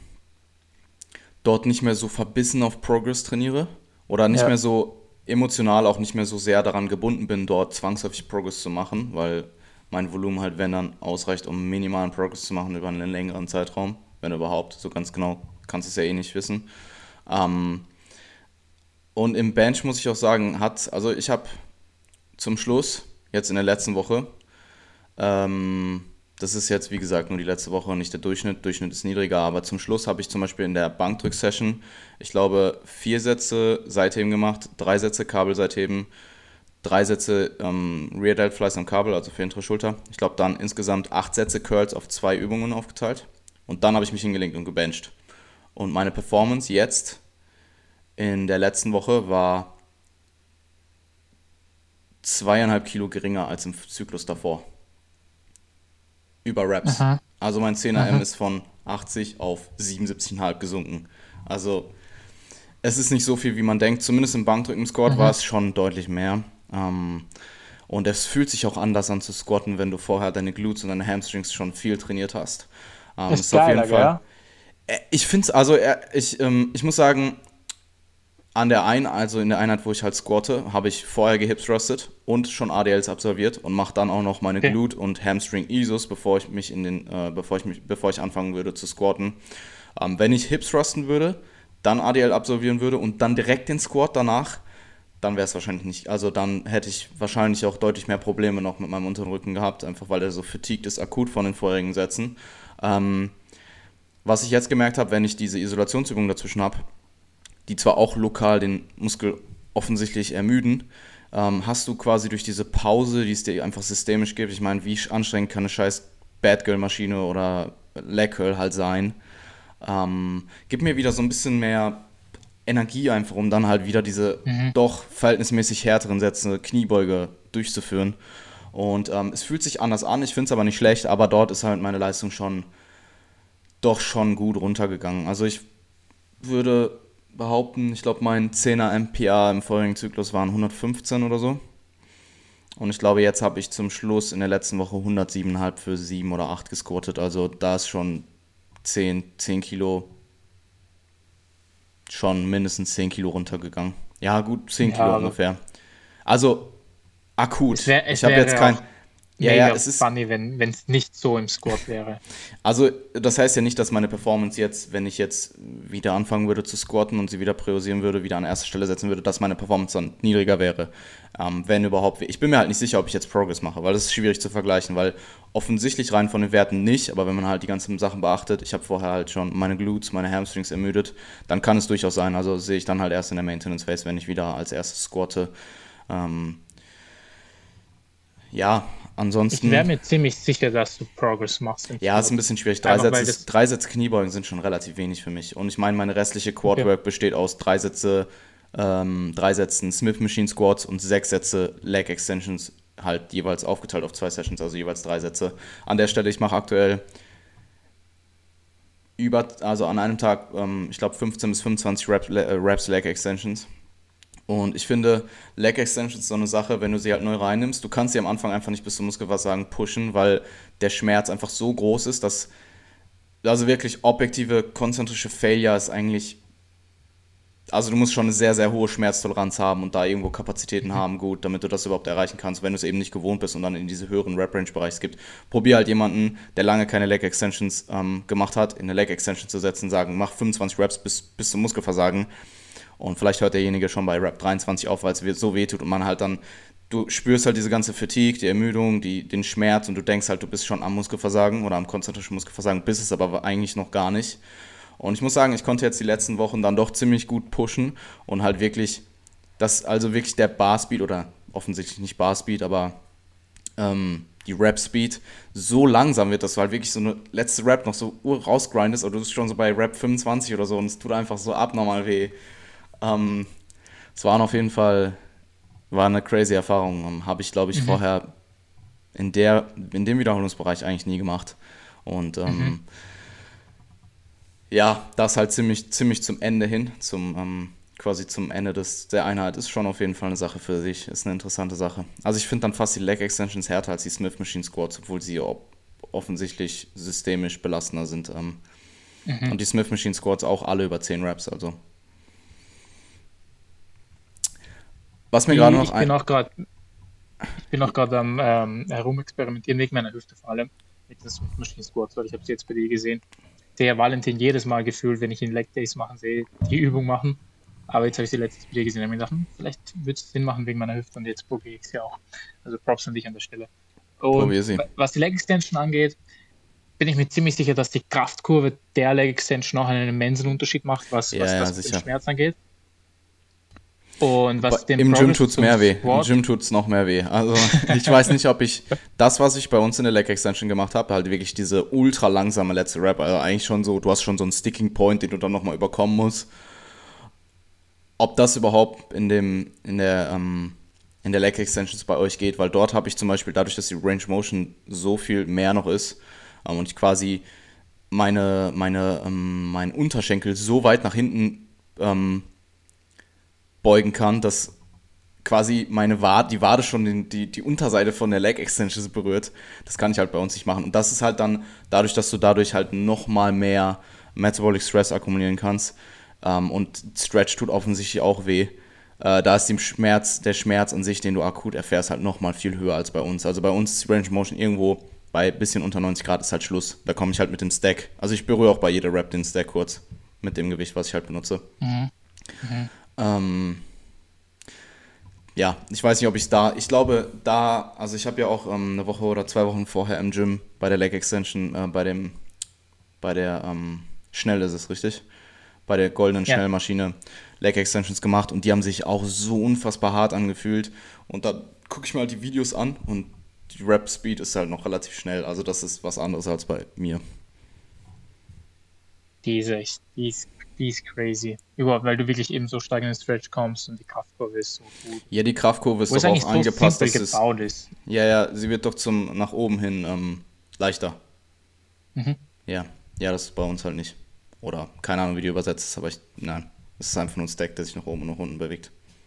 dort nicht mehr so verbissen auf Progress trainiere oder nicht ja. mehr so emotional auch nicht mehr so sehr daran gebunden bin, dort zwangsläufig Progress zu machen, weil mein Volumen halt, wenn dann, ausreicht, um minimalen Progress zu machen über einen längeren Zeitraum, wenn überhaupt. So ganz genau kannst du es ja eh nicht wissen. Ähm, und im Bench muss ich auch sagen, hat, also ich habe zum Schluss, jetzt in der letzten Woche, ähm, das ist jetzt wie gesagt nur die letzte Woche, nicht der Durchschnitt, Durchschnitt ist niedriger, aber zum Schluss habe ich zum Beispiel in der Bankdrück-Session, ich glaube, vier Sätze Seitheben gemacht, drei Sätze Kabelseitheben, drei Sätze ähm, Rear Delt Flies am Kabel, also für hintere Schulter. Ich glaube dann insgesamt acht Sätze Curls auf zwei Übungen aufgeteilt. Und dann habe ich mich hingelegt und gebencht. Und meine Performance jetzt in der letzten Woche war zweieinhalb Kilo geringer als im Zyklus davor. Über Reps. Aha. Also mein zehn R M ist von achtzig auf siebenundsiebzig Komma fünf gesunken. Also es ist nicht so viel, wie man denkt. Zumindest im Bankdrücken-Squat war es schon deutlich mehr. Um, und es fühlt sich auch anders an zu squatten, wenn du vorher deine Glutes und deine Hamstrings schon viel trainiert hast. Um, ist, ist geiler, auf jeden Fall. Ja? Ich finde es, also ich, ähm, ich muss sagen, an der einen, also in der Einheit, wo ich halt squatte, habe ich vorher gehip-thrustet und schon A D Ls absolviert und mache dann auch noch meine okay. Glute- und Hamstring-Isos, bevor ich mich in den, äh, bevor ich mich, bevor ich anfangen würde zu squatten. Um, wenn ich hip-thrusten würde, dann A D L absolvieren würde und dann direkt den Squat danach, dann wäre es wahrscheinlich nicht, also dann hätte ich wahrscheinlich auch deutlich mehr Probleme noch mit meinem unteren Rücken gehabt, einfach weil er so fatigued ist, akut von den vorherigen Sätzen. Ähm, was ich jetzt gemerkt habe, wenn ich diese Isolationsübungen dazwischen habe, die zwar auch lokal den Muskel offensichtlich ermüden, ähm, hast du quasi durch diese Pause, die es dir einfach systemisch gibt, ich meine, wie anstrengend kann eine scheiß Bad Girl Maschine oder Leg Curl halt sein, ähm, gibt mir wieder so ein bisschen mehr Energie einfach, um dann halt wieder diese Mhm. doch verhältnismäßig härteren Sätze, Kniebeuge durchzuführen. Und ähm, es fühlt sich anders an, ich finde es aber nicht schlecht, aber dort ist halt meine Leistung schon doch schon gut runtergegangen. Also ich würde behaupten, ich glaube mein zehner M P A im vorigen Zyklus waren hundertfünfzehn oder so. Und ich glaube, jetzt habe ich zum Schluss in der letzten Woche hundertsieben Komma fünf für sieben oder acht gesquattet. Also da ist schon zehn, zehn Kilo, schon mindestens zehn Kilo runtergegangen. Ja, gut, zehn Ja, Kilo aber ungefähr. Also akut. es, wär, es Ich habe jetzt wäre kein. auch Ja, ja, mega es ist. funny, wenn wenn es nicht so im Squat wäre. Also, das heißt ja nicht, dass meine Performance jetzt, wenn ich jetzt wieder anfangen würde zu squatten und sie wieder priorisieren würde, wieder an erste Stelle setzen würde, dass meine Performance dann niedriger wäre. Ähm, wenn überhaupt. Ich bin mir halt nicht sicher, ob ich jetzt Progress mache, weil das ist schwierig zu vergleichen, weil offensichtlich rein von den Werten nicht, aber wenn man halt die ganzen Sachen beachtet, ich habe vorher halt schon meine Glutes, meine Hamstrings ermüdet, dann kann es durchaus sein. Also sehe ich dann halt erst in der Maintenance Phase, wenn ich wieder als erstes squatte. Ähm, ja, Ich ansonsten. wäre mir ziemlich sicher, dass du Progress machst im Ja, ist ein Squat. bisschen schwierig. Drei Einfach weil Sätze, das. drei Sätze Kniebeugen sind schon relativ wenig für mich. Und ich meine, meine restliche Okay. Quadwork besteht aus drei Sätze, ähm, drei Sätzen Smith Machine Squats und sechs Sätze Leg Extensions, halt jeweils aufgeteilt auf zwei Sessions, also jeweils drei Sätze. An der Stelle, ich mache aktuell über, also an einem Tag, ähm, ich glaube fünfzehn bis fünfundzwanzig Reps, äh, Reps Leg Extensions. Und ich finde, Leg Extensions ist so eine Sache, wenn du sie halt neu reinnimmst, du kannst sie am Anfang einfach nicht bis zum Muskelversagen pushen, weil der Schmerz einfach so groß ist, dass, also wirklich objektive konzentrische Failure ist eigentlich, also du musst schon eine sehr, sehr hohe Schmerztoleranz haben und da irgendwo Kapazitäten Mhm. haben, gut, damit du das überhaupt erreichen kannst, wenn du es eben nicht gewohnt bist und dann in diese höheren Rep-Range-Bereiche gibt. Probier halt jemanden, der lange keine Leg Extensions ähm, gemacht hat, in eine Leg Extension zu setzen, sagen, mach fünfundzwanzig Reps bis, bis zum Muskelversagen. Und vielleicht hört derjenige schon bei Rep dreiundzwanzig auf, weil es so weh tut und man halt dann, du spürst halt diese ganze Fatigue, die Ermüdung, die, den Schmerz und du denkst halt, du bist schon am Muskelversagen oder am konzentrischen Muskelversagen, bist es aber eigentlich noch gar nicht. Und ich muss sagen, ich konnte jetzt die letzten Wochen dann doch ziemlich gut pushen und halt wirklich, dass also wirklich der Bar-Speed oder offensichtlich nicht Bar-Speed, aber ähm, die Rap-Speed so langsam wird, dass du halt wirklich so eine letzte Rap noch so rausgrindest, oder du bist schon so bei Rap fünfundzwanzig oder so und es tut einfach so abnormal weh. Ähm, es waren auf jeden Fall, war eine crazy Erfahrung. Ähm, Habe ich, glaube ich, Mhm. vorher in, der, in dem Wiederholungsbereich eigentlich nie gemacht. Und ähm, Mhm. ja, das halt ziemlich, ziemlich zum Ende hin, zum ähm, quasi zum Ende des, der Einheit, ist schon auf jeden Fall eine Sache für sich. Ist eine interessante Sache. Also ich finde dann fast die Leg Extensions härter als die Smith Machine Squats, obwohl sie ob, offensichtlich systemisch belastender sind. Ähm, Mhm. und die Smith Machine Squats auch alle über zehn Reps, also. Was mir gerade Ich, noch ich bin ein... auch gerade ich bin auch gerade am ähm, herumexperimentieren wegen meiner Hüfte vor allem mit den Smith Machine Squats, weil ich habe sie jetzt bei dir gesehen. Der Valentin jedes Mal gefühlt, wenn ich ihn Leg Days machen sehe, die Übung machen. Aber jetzt habe ich sie letztens bei dir gesehen und habe mir gedacht, hm, vielleicht würde es Sinn machen wegen meiner Hüfte und jetzt probiere ich es ja auch. Also Props an dich an der Stelle. Und Probier sie. was die Leg Extension angeht, bin ich mir ziemlich sicher, dass die Kraftkurve der Leg Extension auch einen immensen Unterschied macht, was, Ja, was ja, das den sicher. Schmerz angeht. Und was den Im Gym Progress tut's zum mehr weh. Im Squat, Gym tut's noch mehr weh. Also ich weiß nicht, ob ich das, was ich bei uns in der Leg Extension gemacht habe, halt wirklich diese ultra langsame letzte Rep, also eigentlich schon so, du hast schon so einen Sticking Point, den du dann nochmal überkommen musst. Ob das überhaupt in dem, in der, ähm, in der Leg Extensions bei euch geht, weil dort habe ich zum Beispiel, dadurch, dass die Range Motion so viel mehr noch ist ähm, und ich quasi meine, meine, ähm, meinen Unterschenkel so weit nach hinten ähm, beugen kann, dass quasi meine Wade, die Wade schon den, die, die Unterseite von der Leg Extensions berührt. Das kann ich halt bei uns nicht machen. Und das ist halt dann dadurch, dass du dadurch halt nochmal mehr Metabolic Stress akkumulieren kannst. Ähm, und Stretch tut offensichtlich auch weh. Äh, da ist dem Schmerz, der Schmerz an sich, den du akut erfährst, halt nochmal viel höher als bei uns. Also bei uns ist die Range Motion irgendwo bei bisschen unter neunzig Grad ist halt Schluss. Da komme ich halt mit dem Stack. Also ich berühre auch bei jeder Rep den Stack kurz mit dem Gewicht, was ich halt benutze. Mhm. Mhm. Ähm, ja, ich weiß nicht, ob ich da, ich glaube, da, also ich habe ja auch ähm, eine Woche oder zwei Wochen vorher im Gym bei der Leg Extension, äh, bei dem, bei der, ähm, Schnell ist es, richtig? Bei der goldenen Ja, Schnellmaschine Leg Extensions gemacht und die haben sich auch so unfassbar hart angefühlt. Und da gucke ich mir halt die Videos an und die Rap Speed ist halt noch relativ schnell. Also das ist was anderes als bei mir. die ist echt, die ist, die ist crazy. Überhaupt, weil du wirklich eben so stark in den Stretch kommst und die Kraftkurve ist so gut. Ja, die Kraftkurve ist Wo es doch auch eigentlich so angepasst, simpel dass es, gebaut ist. ja, ja, sie wird doch zum nach oben hin ähm, leichter. Mhm. Ja, ja, das ist bei uns halt nicht. Oder keine Ahnung, wie die übersetzt ist, aber ich, nein, es ist einfach nur ein Stack, der sich nach oben und nach unten bewegt.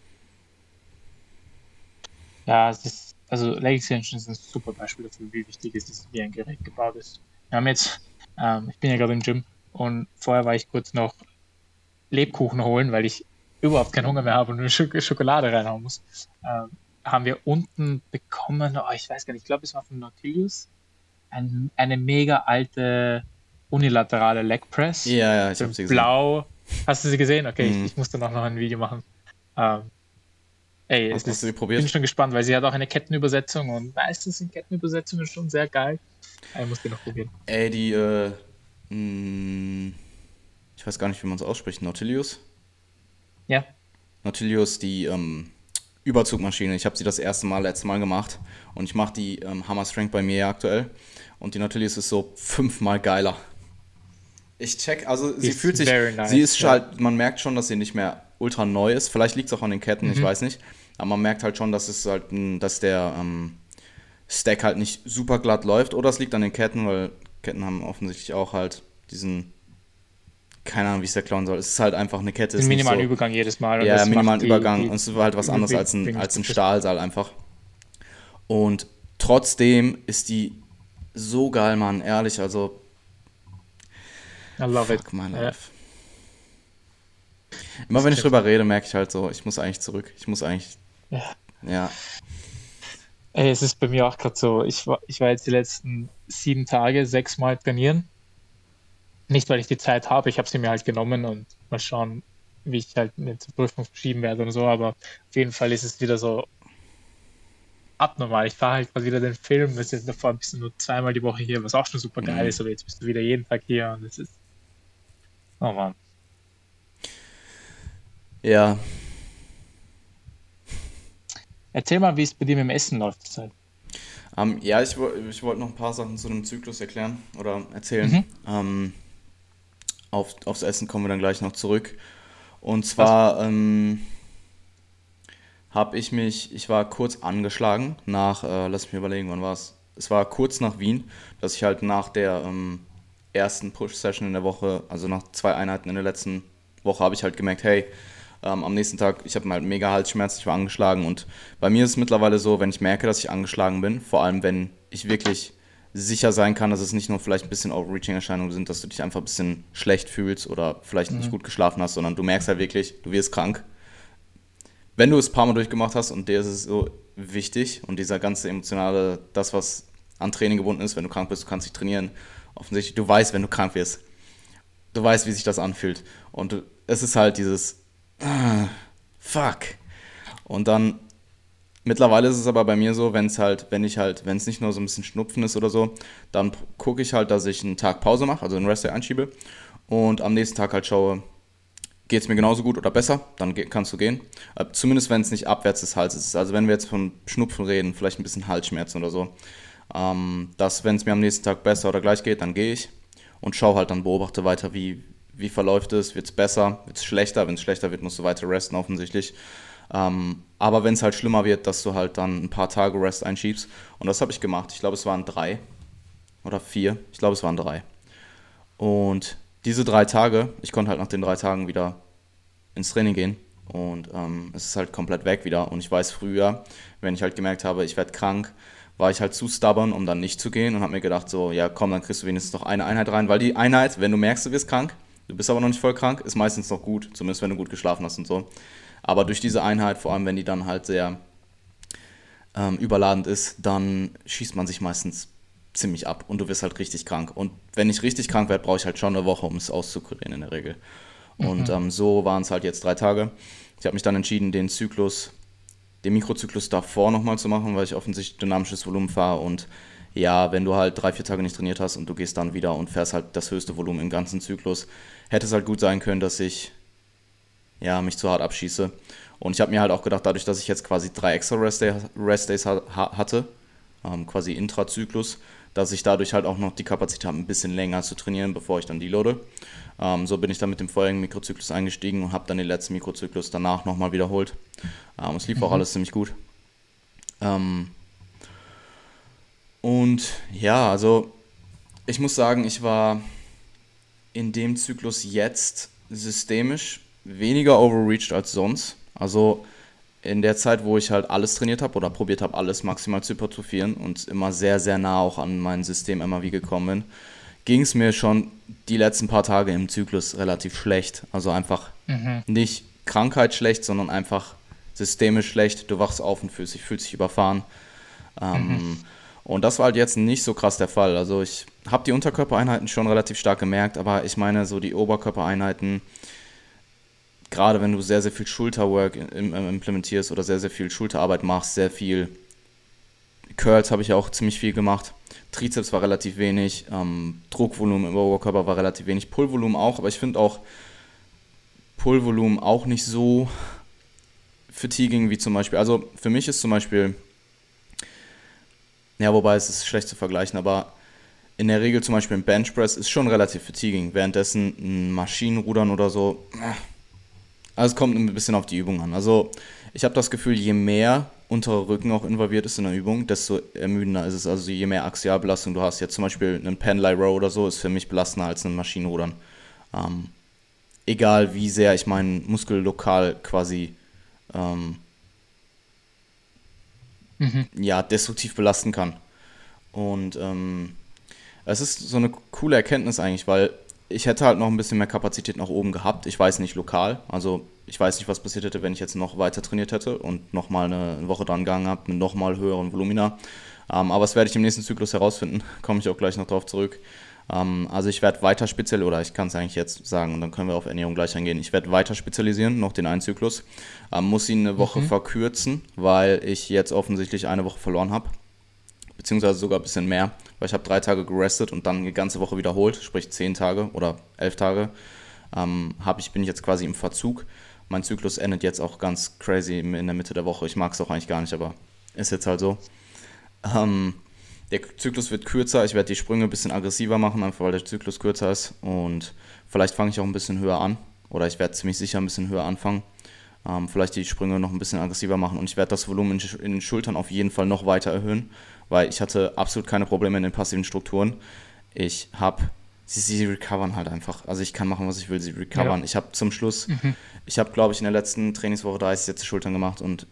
Ja, es ist, also Leg Extensions sind ein super Beispiel dafür, wie wichtig es ist, wie ein Gerät gebaut ist. Wir haben jetzt, ähm, ich bin ja gerade im Gym und vorher war ich kurz noch Lebkuchen holen, weil ich überhaupt keinen Hunger mehr habe und nur Schok Schokolade reinhauen muss. Ähm, haben wir unten bekommen, oh, ich weiß gar nicht, ich glaube, es war von Nautilus, ein, eine mega alte unilaterale Leg Press. Ja, ja, ich So habe sie gesehen. blau. Hast du sie gesehen? Okay, ich, Mhm. ich muss dann auch noch ein Video machen. Ähm, ey, es Hast, hast du die ist, bin probiert? schon gespannt, weil sie hat auch eine Kettenübersetzung und meistens sind Kettenübersetzungen schon sehr geil. Ich muss die noch probieren. Ey, die, äh, mh, ich weiß gar nicht, wie man es ausspricht, Nautilus? Ja, Nautilus, die ähm, Überzugmaschine. Ich habe sie das erste Mal, letztes Mal gemacht und ich mache die ähm, Hammer Strength bei mir ja aktuell und die Nautilus ist so fünfmal geiler. Ich check, also die sie ist fühlt sich, very sie nice. ist Ja. halt, man merkt schon, dass sie nicht mehr ultra neu ist. Vielleicht liegt es auch an den Ketten, ich Mhm. weiß nicht. Aber man merkt halt schon, dass es halt, ein- dass der ähm, Stack halt nicht super glatt läuft. Oder es liegt an den Ketten, weil Ketten haben offensichtlich auch halt diesen, keine Ahnung, wie ich es erklären soll. Es ist halt einfach eine Kette, Den ist nicht minimalen so, Übergang jedes Mal und ja, das minimalen macht die, Übergang. die Und es ist halt was anderes als ein, Bewegung als ein gut. Stahlseil einfach. Und trotzdem ist die so geil, Mann, ehrlich, also I love it. fuck my Ja, life. Immer das wenn ich trifft. drüber rede, merke ich halt so, ich muss eigentlich zurück. Ich muss eigentlich, Ja. ja. Ey, es ist bei mir auch gerade so. Ich war, ich war jetzt die letzten sieben Tage sechsmal trainieren. Nicht, weil ich die Zeit habe, ich habe sie mir halt genommen und mal schauen, wie ich halt eine zur Prüfung verschieben werde und so, aber auf jeden Fall ist es wieder so abnormal. Ich fahre halt gerade wieder den Film, das ist davor bist du nur zweimal die Woche hier, was auch schon super geil Mhm. ist, aber jetzt bist du wieder jeden Tag hier und es ist, oh Mann. Ja, Erzähl mal, wie es bei dir mit dem Essen läuft zurzeit. ähm, ja, ich, woll- ich wollte noch ein paar Sachen zu dem Zyklus erklären oder erzählen. Mhm. Ähm, auf, aufs Essen kommen wir dann gleich noch zurück. Und Was? zwar ähm, habe ich mich, ich war kurz angeschlagen nach, äh, lass mich überlegen, wann war es? Es war kurz nach Wien, dass ich halt nach der ähm, ersten Push-Session in der Woche, also nach zwei Einheiten in der letzten Woche, habe ich halt gemerkt, hey, ähm, am nächsten Tag, ich habe halt mega Halsschmerzen, ich war angeschlagen und bei mir ist es mittlerweile so, wenn ich merke, dass ich angeschlagen bin, vor allem wenn ich wirklich sicher sein kann, dass es nicht nur vielleicht ein bisschen Overreaching-Erscheinungen sind, dass du dich einfach ein bisschen schlecht fühlst oder vielleicht nicht Mhm. gut geschlafen hast, sondern du merkst halt wirklich, du wirst krank. Wenn du es ein paar Mal durchgemacht hast und dir ist es so wichtig und dieser ganze emotionale, das, was an Training gebunden ist, wenn du krank bist, du kannst nicht trainieren, offensichtlich, du weißt, wenn du krank wirst, du weißt, wie sich das anfühlt. Und du, es ist halt dieses ah, Fuck. Und dann, mittlerweile ist es aber bei mir so, wenn es halt, wenn ich halt, wenn es nicht nur so ein bisschen Schnupfen ist oder so, dann gucke ich halt, dass ich einen Tag Pause mache, also einen Rest einschiebe und am nächsten Tag halt schaue, geht es mir genauso gut oder besser, dann ge- kannst du gehen. Äh, zumindest wenn es nicht abwärts des Halses ist. Also wenn wir jetzt von Schnupfen reden, vielleicht ein bisschen Halsschmerzen oder so, ähm, dass wenn es mir am nächsten Tag besser oder gleich geht, dann gehe ich und schaue halt dann, beobachte weiter, wie, wie verläuft es, wird es besser, wird es schlechter, wenn es schlechter wird, musst du weiter resten offensichtlich. Ähm, aber wenn es halt schlimmer wird, dass du halt dann ein paar Tage Rest einschiebst und das habe ich gemacht. Ich glaube, es waren drei oder vier, ich glaube, es waren drei. Und diese drei Tage, ich konnte halt nach den drei Tagen wieder ins Training gehen und ähm, es ist halt komplett weg wieder. Und ich weiß früher, wenn ich halt gemerkt habe, ich werde krank, war ich halt zu stubborn, um dann nicht zu gehen und habe mir gedacht so, ja komm, dann kriegst du wenigstens noch eine Einheit rein, weil die Einheit, wenn du merkst, du wirst krank, du bist aber noch nicht voll krank, ist meistens noch gut, zumindest wenn du gut geschlafen hast und so. Aber durch diese Einheit, vor allem wenn die dann halt sehr ähm, überladend ist, dann schießt man sich meistens ziemlich ab und du wirst halt richtig krank. Und wenn ich richtig krank werde, brauche ich halt schon eine Woche, um es auszukurieren in der Regel. Und Mhm. ähm, so waren es halt jetzt drei Tage. Ich habe mich dann entschieden, den Zyklus, den Mikrozyklus davor nochmal zu machen, weil ich offensichtlich dynamisches Volumen fahre und ja, wenn du halt drei, vier Tage nicht trainiert hast und du gehst dann wieder und fährst halt das höchste Volumen im ganzen Zyklus, hätte es halt gut sein können, dass ich ja, mich zu hart abschieße. Und ich habe mir halt auch gedacht, dadurch, dass ich jetzt quasi drei extra Restdays Rest ha- hatte, ähm, quasi Intrazyklus, dass ich dadurch halt auch noch die Kapazität habe, ein bisschen länger zu trainieren, bevor ich dann deloade. Ähm, so bin ich dann mit dem vorherigen Mikrozyklus eingestiegen und habe dann den letzten Mikrozyklus danach nochmal wiederholt. Ähm, es lief mhm. auch alles ziemlich gut. Ähm, und ja, also ich muss sagen, ich war in dem Zyklus jetzt systemisch weniger overreached als sonst. Also in der Zeit, wo ich halt alles trainiert habe oder probiert habe, alles maximal zu hypertrophieren und immer sehr, sehr nah auch an mein System M A V gekommen bin, ging es mir schon die letzten paar Tage im Zyklus relativ schlecht. Also einfach mhm. nicht Krankheit schlecht, sondern einfach systemisch schlecht. Du wachst auf und fühlst dich, fühlst dich überfahren. Ähm, mhm. Und das war halt jetzt nicht so krass der Fall. Also ich habe die Unterkörpereinheiten schon relativ stark gemerkt, aber ich meine so die Oberkörpereinheiten, gerade wenn du sehr, sehr viel Schulterwork implementierst oder sehr, sehr viel Schulterarbeit machst, sehr viel Curls habe ich auch ziemlich viel gemacht. Trizeps war relativ wenig, ähm, Druckvolumen im Oberkörper war relativ wenig, Pullvolumen auch, aber ich finde auch Pullvolumen auch nicht so fatiguing wie zum Beispiel, also für mich ist zum Beispiel, ja, wobei es ist schlecht zu vergleichen, aber in der Regel zum Beispiel ein Benchpress ist schon relativ fatiguing, währenddessen ein Maschinenrudern oder so, also es kommt ein bisschen auf die Übung an. Also ich habe das Gefühl, je mehr unterer Rücken auch involviert ist in der Übung, desto ermüdender ist es. Also je mehr Axialbelastung du hast. Jetzt zum Beispiel einen Pendlay Row oder so ist für mich belastender als ein Maschinenrudern. Ähm, egal wie sehr ich meinen Muskel lokal quasi ähm, mhm. ja, destruktiv belasten kann. Und ähm, es ist so eine coole Erkenntnis eigentlich, weil ich hätte halt noch ein bisschen mehr Kapazität nach oben gehabt. Ich weiß nicht lokal, also ich weiß nicht, was passiert hätte, wenn ich jetzt noch weiter trainiert hätte und nochmal eine Woche dran gegangen habe mit nochmal höheren Volumina. Ähm, aber das werde ich im nächsten Zyklus herausfinden, komme ich auch gleich noch drauf zurück. Ähm, also ich werde weiter speziell, oder ich kann es eigentlich jetzt sagen und dann können wir auf Ernährung gleich eingehen. Ich werde weiter spezialisieren, noch den einen Zyklus. Ähm, muss ihn eine Woche mhm. verkürzen, weil ich jetzt offensichtlich eine Woche verloren habe. Beziehungsweise sogar ein bisschen mehr, weil ich habe drei Tage gerestet und dann eine ganze Woche wiederholt, sprich zehn Tage oder elf Tage, ähm, hab ich, bin ich jetzt quasi im Verzug. Mein Zyklus endet jetzt auch ganz crazy in der Mitte der Woche. Ich mag es auch eigentlich gar nicht, aber ist jetzt halt so. Ähm, der Zyklus wird kürzer, ich werde die Sprünge ein bisschen aggressiver machen, einfach weil der Zyklus kürzer ist und vielleicht fange ich auch ein bisschen höher an oder ich werde ziemlich sicher ein bisschen höher anfangen. Ähm, vielleicht die Sprünge noch ein bisschen aggressiver machen und ich werde das Volumen in, in den Schultern auf jeden Fall noch weiter erhöhen, weil ich hatte absolut keine Probleme in den passiven Strukturen. Ich habe, sie, sie recovern halt einfach. Also ich kann machen, was ich will, sie recovern. Ja. Ich habe zum Schluss, mhm. ich habe, glaube ich, in der letzten Trainingswoche dreißig Sätze Schultern gemacht und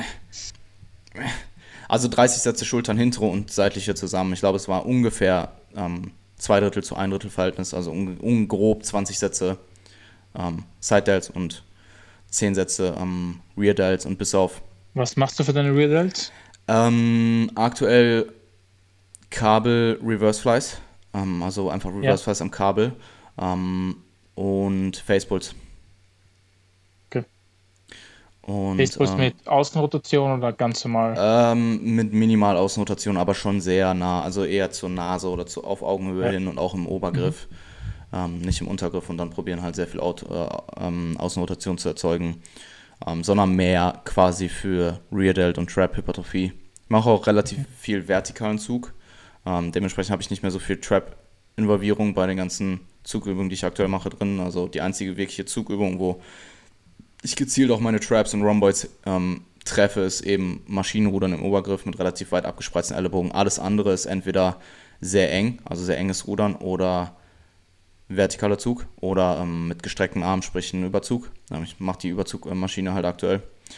äh, also dreißig Sätze Schultern hintere und seitliche zusammen. Ich glaube, es war ungefähr ähm, zwei Drittel zu ein Drittel Verhältnis, also un, un grob zwanzig Sätze ähm, Side Delts und zehn Sätze ähm, Rear Delts und bis auf. Was machst du für deine Rear Delts? Ähm, aktuell Kabel Reverse Flies, ähm, also einfach Reverse ja. Flies am Kabel ähm, und Facepulls. Okay. Und, Facepulls ähm, mit Außenrotation oder ganz normal? Ähm, mit minimal Außenrotation, aber schon sehr nah, also eher zur Nase oder zu, auf Augenhöhe ja. hin und auch im Obergriff, mhm. ähm, nicht im Untergriff und dann probieren halt sehr viel Auto, äh, ähm, Außenrotation zu erzeugen. Um, sondern mehr quasi für Rear Delt und Trap Hypertrophie. Ich mache auch relativ viel vertikalen Zug. Um, dementsprechend habe ich nicht mehr so viel Trap-Involvierung bei den ganzen Zugübungen, die ich aktuell mache, drin. Also die einzige wirkliche Zugübung, wo ich gezielt auch meine Traps und Rhomboids ähm, treffe, ist eben Maschinenrudern im Obergriff mit relativ weit abgespreizten Ellenbogen. Alles andere ist entweder sehr eng, also sehr enges Rudern, oder vertikaler Zug oder ähm, mit gestrecktem Arm, sprich ein Überzug. Ich mache die Überzugmaschine halt aktuell.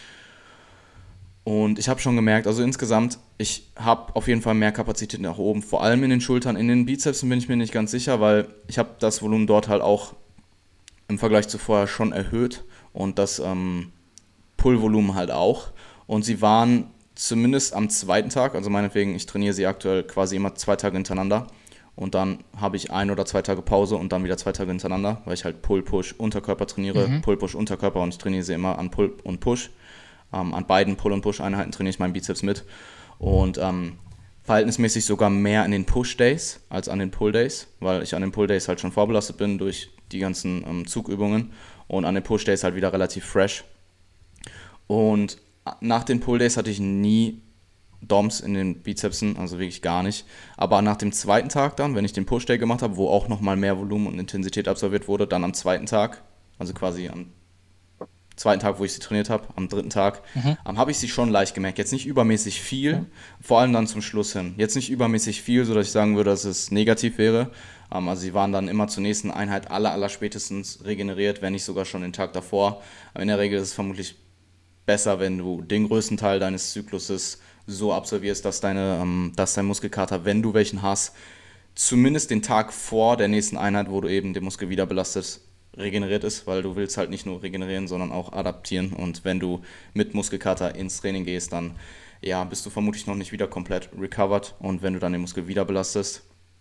Und ich habe schon gemerkt, also insgesamt, ich habe auf jeden Fall mehr Kapazität nach oben, vor allem in den Schultern. In den Bizepsen bin ich mir nicht ganz sicher, weil ich habe das Volumen dort halt auch im Vergleich zu vorher schon erhöht und das ähm, Pull-Volumen halt auch. Und sie waren zumindest am zweiten Tag, also meinetwegen, ich trainiere sie aktuell quasi immer zwei Tage hintereinander. Und dann habe ich ein oder zwei Tage Pause und dann wieder zwei Tage hintereinander, weil ich halt Pull, Push, Unterkörper trainiere. Mhm. Pull, Push, Unterkörper und ich trainiere sie immer an Pull und Push. Ähm, an beiden Pull- und Push-Einheiten trainiere ich meinen Bizeps mit. Und ähm, verhältnismäßig sogar mehr an den Push-Days als an den Pull-Days, weil ich an den Pull-Days halt schon vorbelastet bin durch die ganzen ähm, Zugübungen und an den Push-Days halt wieder relativ fresh. Und nach den Pull-Days hatte ich nie D O M S in den Bizepsen, also wirklich gar nicht. Aber nach dem zweiten Tag dann, wenn ich den Push-Day gemacht habe, wo auch nochmal mehr Volumen und Intensität absolviert wurde, dann am zweiten Tag, also quasi am zweiten Tag, wo ich sie trainiert habe, am dritten Tag, mhm. ähm, habe ich sie schon leicht gemerkt. Jetzt nicht übermäßig viel, mhm. vor allem dann zum Schluss hin. Jetzt nicht übermäßig viel, sodass ich sagen würde, dass es negativ wäre. Ähm, also sie waren dann immer zur nächsten Einheit aller, aller spätestens regeneriert, wenn nicht sogar schon den Tag davor. Aber in der Regel ist es vermutlich besser, wenn du den größten Teil deines Zykluses so absolvierst, dass, deine, ähm, dass dein Muskelkater, wenn du welchen hast, zumindest den Tag vor der nächsten Einheit, wo du eben den Muskel wieder belastest, regeneriert ist, weil du willst halt nicht nur regenerieren, sondern auch adaptieren. Und wenn du mit Muskelkater ins Training gehst, dann ja, bist du vermutlich noch nicht wieder komplett recovered. Und wenn du dann den Muskel wieder belastest,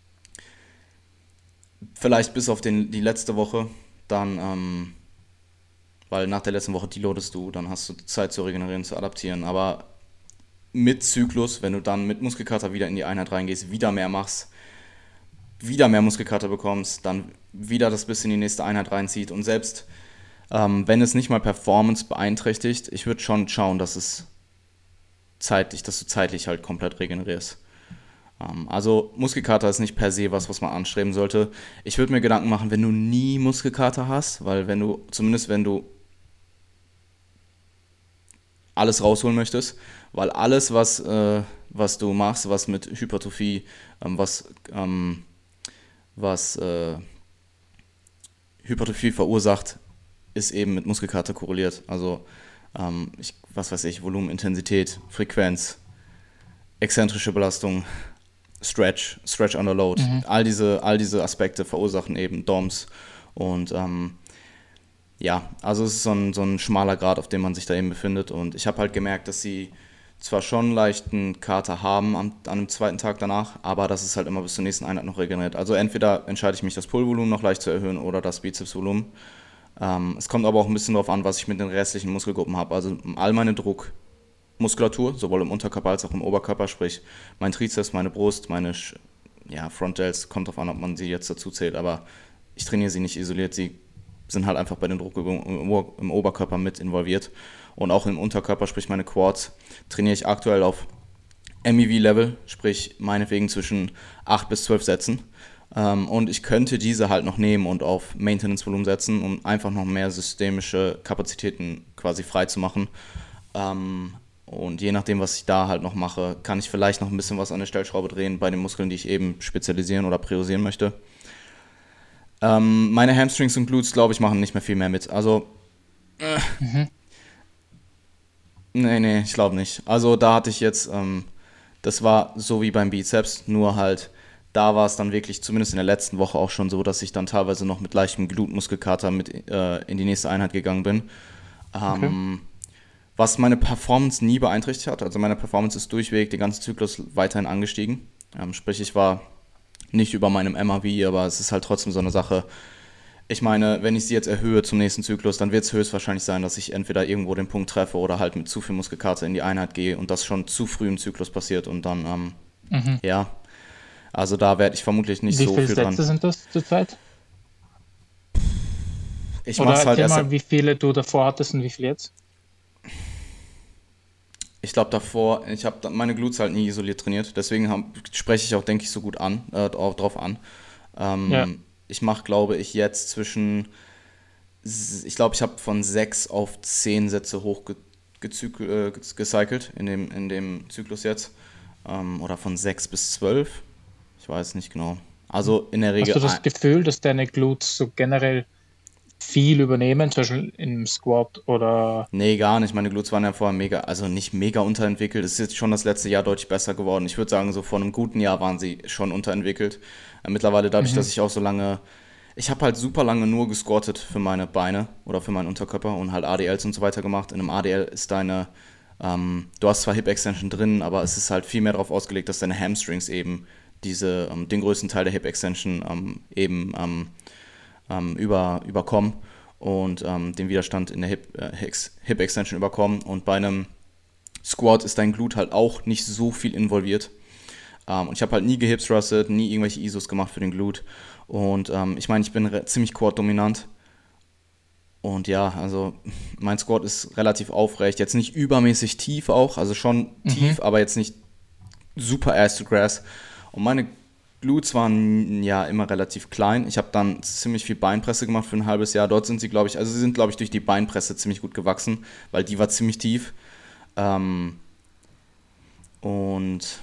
vielleicht bis auf den, die letzte Woche, dann, ähm, weil nach der letzten Woche deloadest du, dann hast du Zeit zu regenerieren, zu adaptieren. Aber mit Zyklus, wenn du dann mit Muskelkater wieder in die Einheit reingehst, wieder mehr machst, wieder mehr Muskelkater bekommst, dann wieder das bisschen in die nächste Einheit reinzieht und selbst ähm, wenn es nicht mal Performance beeinträchtigt, ich würde schon schauen, dass es zeitlich, dass du zeitlich halt komplett regenerierst. Ähm, also Muskelkater ist nicht per se was, was man anstreben sollte. Ich würde mir Gedanken machen, wenn du nie Muskelkater hast, weil wenn du, zumindest wenn du alles rausholen möchtest, weil alles, was, äh, was du machst, was mit Hypertrophie, ähm, was ähm, was äh, Hypertrophie verursacht, ist eben mit Muskelkater korreliert. Also, ähm, ich, was weiß ich, Volumen, Intensität, Frequenz, exzentrische Belastung, Stretch, Stretch under Load. Mhm. All diese, all diese Aspekte verursachen eben D O M S. Und ähm, ja, also es ist so ein, so ein schmaler Grad, auf dem man sich da eben befindet. Und ich habe halt gemerkt, dass sie zwar schon leichten Kater haben am, an dem zweiten Tag danach, aber das ist halt immer bis zur nächsten Einheit noch regeneriert. Also entweder entscheide ich mich, das Pull-Volumen noch leicht zu erhöhen oder das Bizepsvolumen. Ähm, es kommt aber auch ein bisschen darauf an, was ich mit den restlichen Muskelgruppen habe. Also all meine Druckmuskulatur, sowohl im Unterkörper als auch im Oberkörper, sprich mein Trizeps, meine Brust, meine ja, Frontdelts, kommt darauf an, ob man sie jetzt dazu zählt, aber ich trainiere sie nicht isoliert, sie sind halt einfach bei den Druckübungen im Oberkörper mit involviert. Und auch im Unterkörper, sprich meine Quads, trainiere ich aktuell auf M E V-Level, sprich meinetwegen zwischen acht bis zwölf Sätzen. Ähm, und ich könnte diese halt noch nehmen und auf Maintenance-Volumen setzen, um einfach noch mehr systemische Kapazitäten quasi frei zu machen. Ähm, und je nachdem, was ich da halt noch mache, kann ich vielleicht noch ein bisschen was an der Stellschraube drehen bei den Muskeln, die ich eben spezialisieren oder priorisieren möchte. Ähm, meine Hamstrings und Glutes, glaube ich, machen nicht mehr viel mehr mit. Also, äh, mhm. Nee, nee, ich glaube nicht. Also da hatte ich jetzt, ähm, das war so wie beim Bizeps, nur halt, da war es dann wirklich, zumindest in der letzten Woche auch schon so, dass ich dann teilweise noch mit leichtem Glutmuskelkater mit äh, in die nächste Einheit gegangen bin. Ähm, okay. Was meine Performance nie beeinträchtigt hat. Also meine Performance ist durchweg den ganzen Zyklus weiterhin angestiegen. Ähm, sprich, ich war nicht über meinem M R V, aber es ist halt trotzdem so eine Sache. Ich meine, wenn ich sie jetzt erhöhe zum nächsten Zyklus, dann wird es höchstwahrscheinlich sein, dass ich entweder irgendwo den Punkt treffe oder halt mit zu viel Muskelkater in die Einheit gehe und das schon zu früh im Zyklus passiert und dann, ähm, mhm. ja, also da werde ich vermutlich nicht wie so viel dran. Wie viele Sätze sind das zurzeit? Ich oder mach's halt erst mal, wie viele du davor hattest und wie viele jetzt? Ich glaube davor, ich habe meine Glutes halt nie isoliert trainiert, deswegen hab, spreche ich auch, denke ich, so gut an, äh, drauf an. Ähm, ja. Ich mache, glaube ich, jetzt zwischen, ich glaube, ich habe von sechs auf zehn Sätze hochgecycelt in dem, in dem Zyklus jetzt. Ähm, oder von sechs bis zwölf. Ich weiß nicht genau. Also in der Regel. Hast du das Gefühl, dass deine Glutes so generell viel übernehmen, zum Beispiel im Squat oder... Nee, gar nicht. Meine Glutes waren ja vorher mega, also nicht mega unterentwickelt. Es ist jetzt schon das letzte Jahr deutlich besser geworden. Ich würde sagen, so vor einem guten Jahr waren sie schon unterentwickelt. Äh, mittlerweile dadurch, mhm. dass ich auch so lange... Ich habe halt super lange nur gesquattet für meine Beine oder für meinen Unterkörper und halt A D Ls und so weiter gemacht. In einem A D L ist deine... Ähm, du hast zwar Hip Extension drin, aber es ist halt viel mehr darauf ausgelegt, dass deine Hamstrings eben diese, ähm, den größten Teil der Hip Extension ähm, eben... Ähm, Ähm, über, überkommen und ähm, den Widerstand in der Hip, äh, Hip Extension überkommen. Und bei einem Squat ist dein Glute halt auch nicht so viel involviert. Ähm, und ich habe halt nie gehipthrustet, nie irgendwelche I S Os gemacht für den Glute. Und ähm, ich meine, ich bin re- ziemlich quad-dominant. Und ja, also mein Squat ist relativ aufrecht. Jetzt nicht übermäßig tief auch, also schon Mhm. tief, aber jetzt nicht super ass to grass. Und meine Glutes waren ja immer relativ klein. Ich habe dann ziemlich viel Beinpresse gemacht für ein halbes Jahr. Dort sind sie, glaube ich, also sie sind, glaube ich, durch die Beinpresse ziemlich gut gewachsen, weil die war ziemlich tief. Ähm, und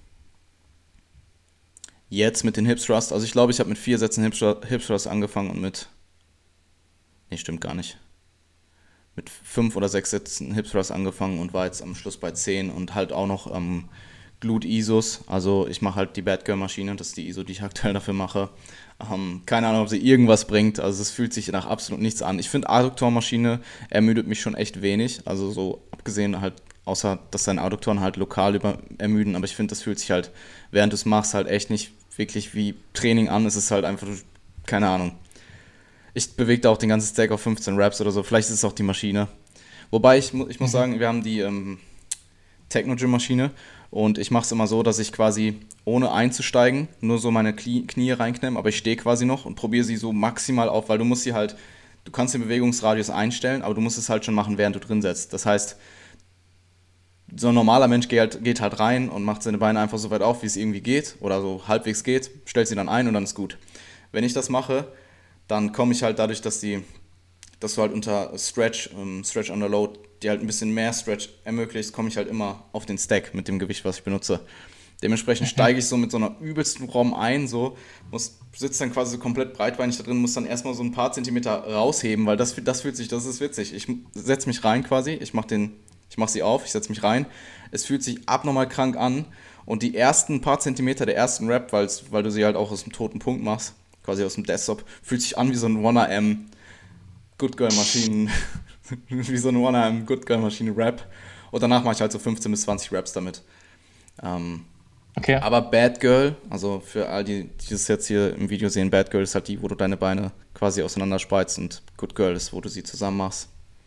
jetzt mit den Hip Thrust, also ich glaube, ich habe mit vier Sätzen Hip Thrust Hip Thrust angefangen und mit, nee, stimmt gar nicht, mit fünf oder sechs Sätzen Hip Thrust angefangen und war jetzt am Schluss bei zehn und halt auch noch ähm, Glute I S Os, also ich mache halt die Bad Girl Maschine, das ist die I S O, die ich aktuell dafür mache. Ähm, keine Ahnung, ob sie irgendwas bringt, also es fühlt sich nach absolut nichts an. Ich finde, Adduktormaschine ermüdet mich schon echt wenig, also so abgesehen halt, außer dass deine Adduktoren halt lokal über ermüden, aber ich finde, das fühlt sich halt, während du es machst, halt echt nicht wirklich wie Training an. Es ist halt einfach, keine Ahnung. Ich bewege da auch den ganzen Stack auf fünfzehn Reps oder so, vielleicht ist es auch die Maschine. Wobei, ich, mu- ich muss Mhm. sagen, wir haben die ähm, Techno-Gym-Maschine und ich mache es immer so, dass ich quasi ohne einzusteigen nur so meine Knie, Knie reinknemme, aber ich stehe quasi noch und probiere sie so maximal auf, weil du musst sie halt, du kannst den Bewegungsradius einstellen, aber du musst es halt schon machen, während du drin sitzt. Das heißt, so ein normaler Mensch geht halt, geht halt rein und macht seine Beine einfach so weit auf, wie es irgendwie geht oder so halbwegs geht, stellt sie dann ein und dann ist gut. Wenn ich das mache, dann komme ich halt dadurch, dass die, dass du halt unter Stretch, ähm, Stretch under Load, die halt ein bisschen mehr Stretch ermöglicht, komme ich halt immer auf den Stack mit dem Gewicht, was ich benutze. Dementsprechend steige ich so mit so einer übelsten ROM ein, so, muss, sitze dann quasi so komplett breitbeinig da drin, muss dann erstmal so ein paar Zentimeter rausheben, weil das, das fühlt sich, das ist witzig. Ich setze mich rein quasi, ich mache den, ich mache sie auf, ich setze mich rein, es fühlt sich abnormal krank an und die ersten paar Zentimeter der ersten Rep, weil's, weil du sie halt auch aus dem toten Punkt machst, quasi aus dem Desktop, fühlt sich an wie so ein one M Good Girl Maschinen, wie so ein one M Good Girl Maschine Rap und danach mache ich halt so fünfzehn bis zwanzig Reps damit. Ähm, Okay. aber Bad Girl, also für all die, die das jetzt hier im Video sehen, Bad Girl ist halt die, wo du deine Beine quasi auseinanderspreizt und Good Girl ist, wo du sie zusammen machst.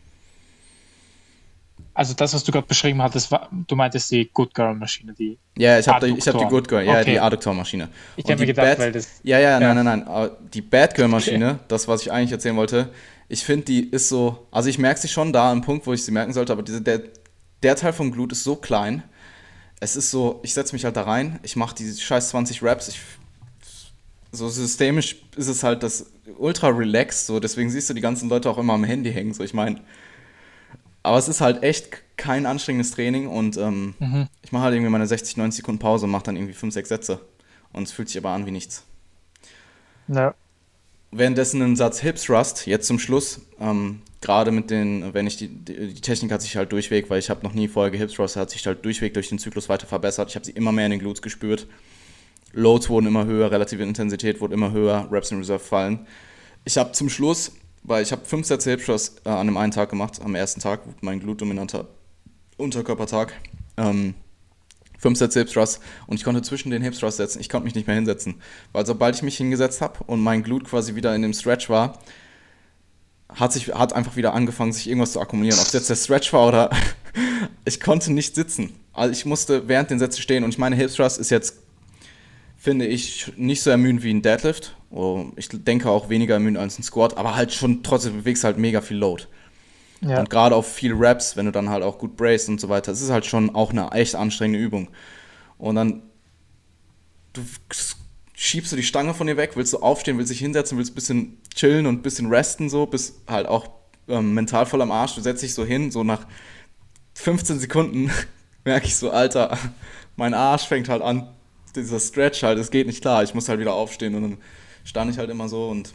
Also das, was du gerade beschrieben hattest, war, du meintest die Good Girl Maschine, die Ja, ich habe ich hab die Adduktoren. Good Girl, ja, Okay. die Adduktormaschine. Ich Und habe mir die gedacht, Bad, weil das, ja, ja, ja. nein, nein, nein, aber die Bad Girl Maschine, das, was ich eigentlich erzählen wollte, ich finde, die ist so, also ich merke sie schon da am Punkt, wo ich sie merken sollte, aber diese, der, der Teil vom Glut ist so klein, es ist so, ich setze mich halt da rein, ich mache die scheiß zwanzig Reps, ich, so systemisch ist es halt das ultra relaxed, so, deswegen siehst du die ganzen Leute auch immer am Handy hängen, so, ich meine, aber es ist halt echt kein anstrengendes Training und ähm, Mhm. ich mache halt irgendwie meine sechzig, neunzig Sekunden Pause und mache dann irgendwie fünf, sechs Sätze und es fühlt sich aber an wie nichts. Ja. Währenddessen ein Satz Hip Thrust, jetzt zum Schluss, ähm, gerade mit den, wenn ich die, die, die Technik hat sich halt durchweg, weil ich habe noch nie vorher gehip Thrust, hat sich halt durchweg durch den Zyklus weiter verbessert. Ich habe sie immer mehr in den Glutes gespürt. Loads wurden immer höher, relative Intensität wurde immer höher, Reps in Reserve fallen. Ich habe zum Schluss, weil ich habe fünf Sätze Hip Thrust äh, an einem einen Tag gemacht, am ersten Tag, mein Glut-dominanter Unterkörpertag. Ähm, fünf Sätze Hip Thrust und ich konnte zwischen den Hip Thrust setzen, ich konnte mich nicht mehr hinsetzen, weil sobald ich mich hingesetzt habe und mein Glut quasi wieder in dem Stretch war, hat sich hat einfach wieder angefangen, sich irgendwas zu akkumulieren, ob es jetzt der Stretch war oder ich konnte nicht sitzen. Also ich musste während den Sätzen stehen und ich meine, Hip Thrust ist jetzt, finde ich, nicht so ermüdend wie ein Deadlift. Oh, ich denke auch weniger ermüdend als ein Squat, aber halt schon trotzdem bewegst halt mega viel Load. Ja. Und gerade auf viel Reps, wenn du dann halt auch gut bracest und so weiter, das ist halt schon auch eine echt anstrengende Übung. Und dann du schiebst du die Stange von dir weg, willst du aufstehen, willst dich hinsetzen, willst ein bisschen chillen und ein bisschen resten, so, bist halt auch ähm, mental voll am Arsch. Du setzt dich so hin, so nach fünfzehn Sekunden merke ich so, Alter, mein Arsch fängt halt an, dieser Stretch halt, es geht nicht klar, ich muss halt wieder aufstehen und dann stand ich halt immer so und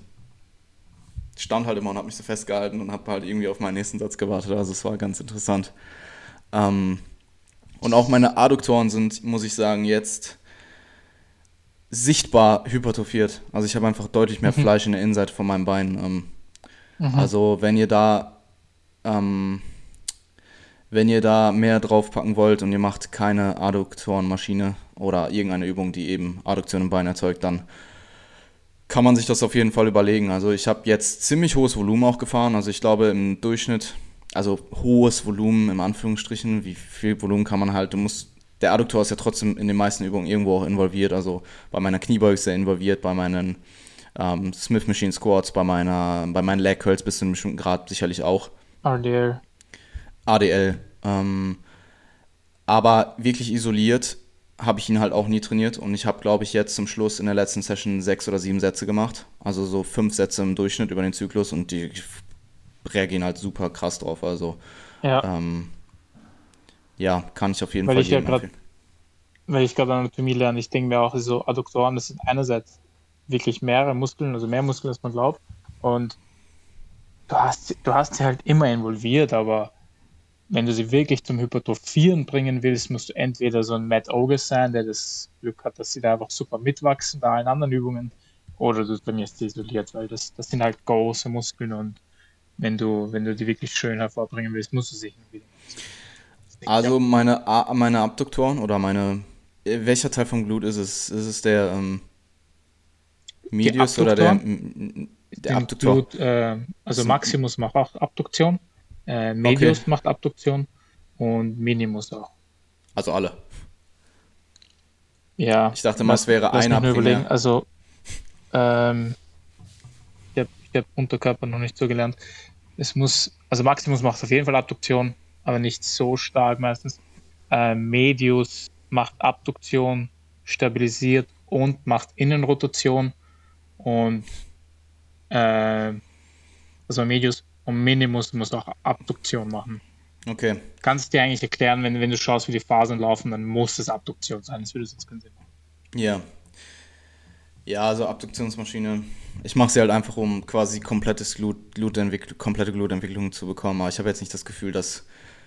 stand halt immer und habe mich so festgehalten und habe halt irgendwie auf meinen nächsten Satz gewartet, also es war ganz interessant. Ähm, und auch meine Adduktoren sind, muss ich sagen, jetzt sichtbar hypertrophiert. Also ich habe einfach deutlich mehr Mhm. Fleisch in der Innenseite von meinem Bein. Ähm, Mhm. Also wenn ihr da ähm, wenn ihr da mehr draufpacken wollt und ihr macht keine Adduktorenmaschine oder irgendeine Übung, die eben Adduktion im Bein erzeugt, dann kann man sich das auf jeden Fall überlegen. Also ich habe jetzt ziemlich hohes Volumen auch gefahren. Also ich glaube im Durchschnitt, also hohes Volumen im Anführungsstrichen, wie viel Volumen kann man halt, du musst, der Adduktor ist ja trotzdem in den meisten Übungen irgendwo auch involviert. Also bei meiner Kniebeuge ist er involviert, bei meinen ähm, Smith Machine Squats, bei meiner, bei meinen Leg Curls bis zu einem bestimmten Grad sicherlich auch. R D L. A D L. Ähm, aber wirklich isoliert habe ich ihn halt auch nie trainiert und ich habe, glaube ich, jetzt zum Schluss in der letzten Session sechs oder sieben Sätze gemacht. Also so fünf Sätze im Durchschnitt über den Zyklus und die reagieren halt super krass drauf. Also Ja, ähm, ja, kann ich auf jeden weil Fall ich ja jedem gerade, empfehlen. weil ich gerade Anatomie lerne, ich denke mir auch, so Adduktoren, das sind einerseits wirklich mehrere Muskeln, also mehr Muskeln, als man glaubt. Und du hast, du hast sie halt immer involviert, aber wenn du sie wirklich zum Hypertrophieren bringen willst, musst du entweder so ein Matt Ogus sein, der das Glück hat, dass sie da einfach super mitwachsen bei allen anderen Übungen, oder du trainierst sie isoliert, weil das, das sind halt große Muskeln und wenn du, wenn du die wirklich schön hervorbringen willst, musst du sie irgendwie. Das denke ich auch. Also meine, A- meine Abduktoren oder meine, äh, welcher Teil vom Glut ist es? Ist es der ähm, Die Medius oder der, Abduktoren, m- der den Abduktor? Glut, äh, also Das sind, Maximus macht auch Abduktion, äh, okay, Medius macht Abduktion und Minimus auch. also alle. Ja, Ich dachte mal, es lass, wäre lass einer mich nur überlegen. primär. Also, ähm, ich habe ich hab Unterkörper noch nicht so gelernt. Es muss, also Maximus macht auf jeden Fall Abduktion, aber nicht so stark meistens. Äh, Medius macht Abduktion, stabilisiert und macht Innenrotation und äh, also Medius und Minimus muss auch Abduktion machen. Okay, Kannst du dir eigentlich erklären, wenn, wenn du schaust, wie die Phasen laufen, dann muss es Abduktion sein, das würde sonst keinen Sinn machen. ja. Ja, also Abduktionsmaschine. Ich mache sie halt einfach, um quasi komplettes Glut, Glutentwickl komplette Glutentwicklung zu bekommen. Aber ich habe jetzt nicht das Gefühl, dass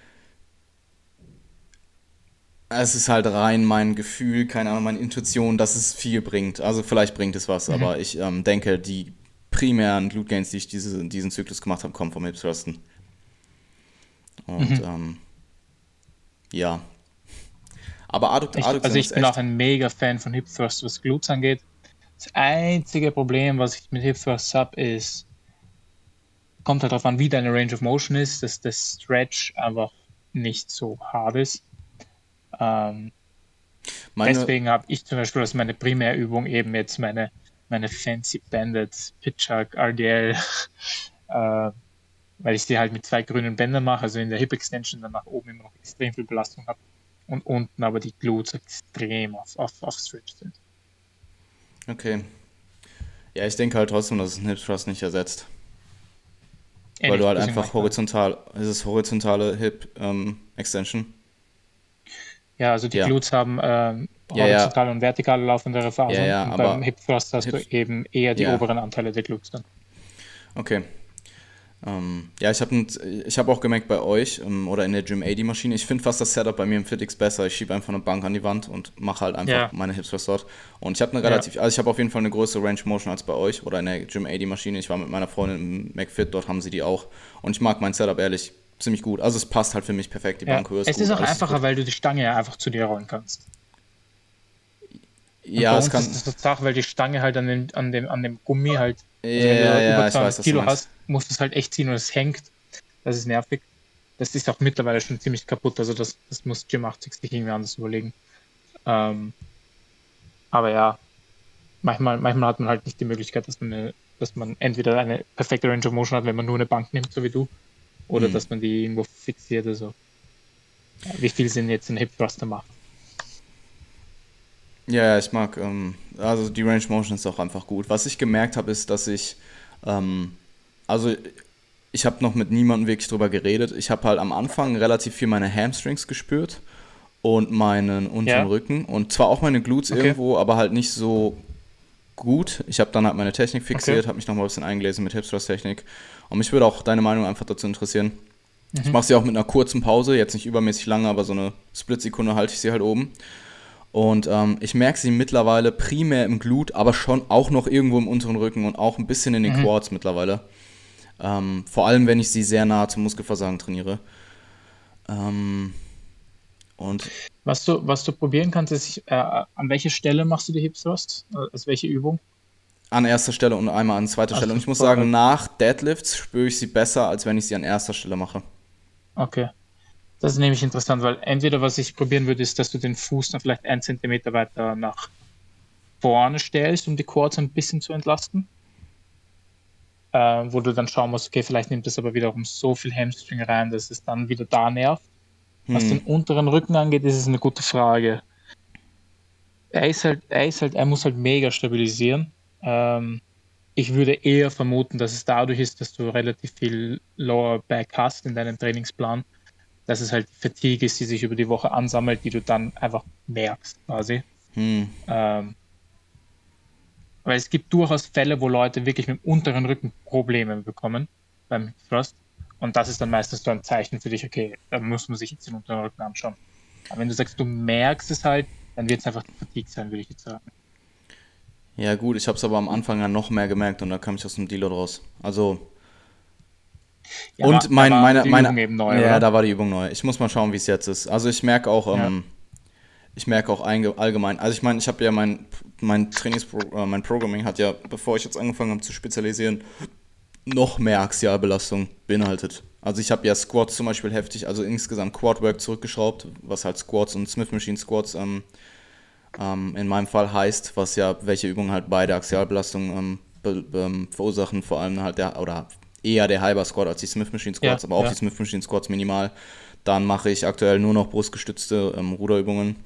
es ist halt rein mein Gefühl, keine Ahnung, meine Intuition, dass es viel bringt. Also vielleicht bringt es was, Mhm. aber ich ähm, denke, die primären Glute Gains, die ich diese, diesen Zyklus gemacht habe, kommen vom Hip Thrusten. Und Mhm. ähm, ja. Aber Adduk Ich, also Adduktion ich ist bin auch echt. ein mega Fan von Hip Thrust, was Glutes angeht. Das einzige Problem, was ich mit Hip Thrust habe, ist, kommt halt darauf an, wie deine Range of Motion ist, dass der Stretch einfach nicht so hart ist. Ähm, Meine, deswegen habe ich zum Beispiel als meine Primärübung eben jetzt meine, meine Fancy Banded Pitchak R D L, äh, weil ich die halt mit zwei grünen Bändern mache, also in der Hip Extension dann nach oben immer noch extrem viel Belastung habe und unten aber die Glutes extrem auf, auf, auf Stretch sind. okay. Ja, ich denke halt trotzdem, dass es einen Hip Thrust nicht ersetzt. Eh Weil du nicht, halt deswegen mache einfach ich beides. horizontal, es ist horizontale Hip ähm, Extension. Ja, also die Ja, Glutes haben ähm, ja, ja, horizontale und vertikale laufendere ja, Fasern ja, und beim aber Hip Thrust hast du Hips, eben eher die ja, oberen Anteile der Glutes dann. okay. Ähm, ja, ich habe ich hab auch gemerkt bei euch ähm, oder in der Gym A D-Maschine, ich finde fast das Setup bei mir im FitX besser. Ich schiebe einfach eine Bank an die Wand und mache halt einfach Ja, meine Hips Thrust dort. Und ich habe eine ja, relativ, also ich habe auf jeden Fall eine größere Range Motion als bei euch oder in der Gym A D-Maschine. Ich war mit meiner Freundin im McFit, dort haben sie die auch. Und ich mag mein Setup ehrlich ziemlich gut. Also es passt halt für mich perfekt, die ja. Bankhöhe ist Es ist gut, auch alles ist einfacher, gut. weil du die Stange ja einfach zu dir rollen kannst. Und bei Ja, es uns ist kann, das so Sache, weil die Stange halt an dem, an dem, an dem Gummi halt, ja, also wenn du ja, da ja, über ich weiß, zweihundert was du Kilo meinst. hast, musst du es halt echt ziehen und es hängt. Das ist nervig. Das ist auch mittlerweile schon ziemlich kaputt, also das, das muss Gym achtzig sich irgendwie anders überlegen. Ähm, aber ja, manchmal, manchmal hat man halt nicht die Möglichkeit, dass man, eine, dass man entweder eine perfekte Range of Motion hat, wenn man nur eine Bank nimmt, so wie du, oder Hm. dass man die irgendwo fixiert. Also, ja, wie viel Sinn jetzt ein Hip Thruster macht. Ja, ja, ich mag, ähm, also die Range Motion ist auch einfach gut. Was ich gemerkt habe, ist, dass ich, ähm, also ich habe noch mit niemandem wirklich drüber geredet. Ich habe halt am Anfang relativ viel meine Hamstrings gespürt und meinen unteren Ja, Rücken und zwar auch meine Glutes okay, irgendwo, aber halt nicht so gut. Ich habe dann halt meine Technik okay. fixiert, habe mich nochmal ein bisschen eingelesen mit Hip Thrust Technik und mich würde auch deine Meinung einfach dazu interessieren. Ich Mhm. mache sie auch mit einer kurzen Pause, jetzt nicht übermäßig lange, aber so eine Splitsekunde halte ich sie halt oben. Und ähm, ich merke sie mittlerweile primär im Glut, aber schon auch noch irgendwo im unteren Rücken und auch ein bisschen in den Mhm. Quads mittlerweile. Ähm, vor allem, wenn ich sie sehr nah zum Muskelversagen trainiere. Ähm, und Was du, was du probieren kannst, ist, äh, an welcher Stelle machst du die Hip Thrust? Äh, Also welche Übung? An erster Stelle und einmal an zweiter Stelle. Und ich muss sagen, nach Deadlifts spüre ich sie besser, als wenn ich sie an erster Stelle mache. Okay. Das ist nämlich interessant, weil entweder was ich probieren würde, ist, dass du den Fuß dann vielleicht einen Zentimeter weiter nach vorne stellst, um die Quads ein bisschen zu entlasten. Äh, wo du dann schauen musst, okay, vielleicht nimmt das aber wiederum so viel Hamstring rein, dass es dann wieder da nervt. Hm. Was den unteren Rücken angeht, ist es eine gute Frage. Er ist halt, er ist halt, er muss halt mega stabilisieren. Ähm, ich würde eher vermuten, dass es dadurch ist, dass du relativ viel Lower Back hast in deinem Trainingsplan, dass es halt Fatigue ist, die sich über die Woche ansammelt, die du dann einfach merkst, quasi. Hm. Ähm, weil es gibt durchaus Fälle, wo Leute wirklich mit dem unteren Rücken Probleme bekommen beim Thrust. Und das ist dann meistens so ein Zeichen für dich, okay, da muss man sich jetzt den unteren Rücken anschauen. Aber wenn du sagst, du merkst es halt, dann wird es einfach Fatigue sein, würde ich jetzt sagen. Ja gut, ich habe es aber am Anfang ja noch mehr gemerkt und da kam ich aus dem Deload raus. Also ja, und mein, da war meine, die meine, Übung eben neu, ja, oder? Da war die Übung neu. Ich muss mal schauen, wie es jetzt ist. Also ich merke auch, ja. ähm, ich merke auch allgemein, also ich meine, ich habe ja mein, mein Trainingspro, äh, mein Programming hat ja, bevor ich jetzt angefangen habe zu spezialisieren, noch mehr Axialbelastung beinhaltet. Also ich habe ja Squats zum Beispiel heftig, also insgesamt Quadwork zurückgeschraubt, was halt Squats und Smith Machine Squats ähm, ähm, in meinem Fall heißt, was ja, welche Übungen halt beide Axialbelastung ähm, be, be, verursachen, vor allem halt der, oder eher der Halber Squat als die Smith Machine Squats, ja, aber auch ja. die Smith Machine Squats minimal. Dann mache ich aktuell nur noch brustgestützte ähm, Ruderübungen.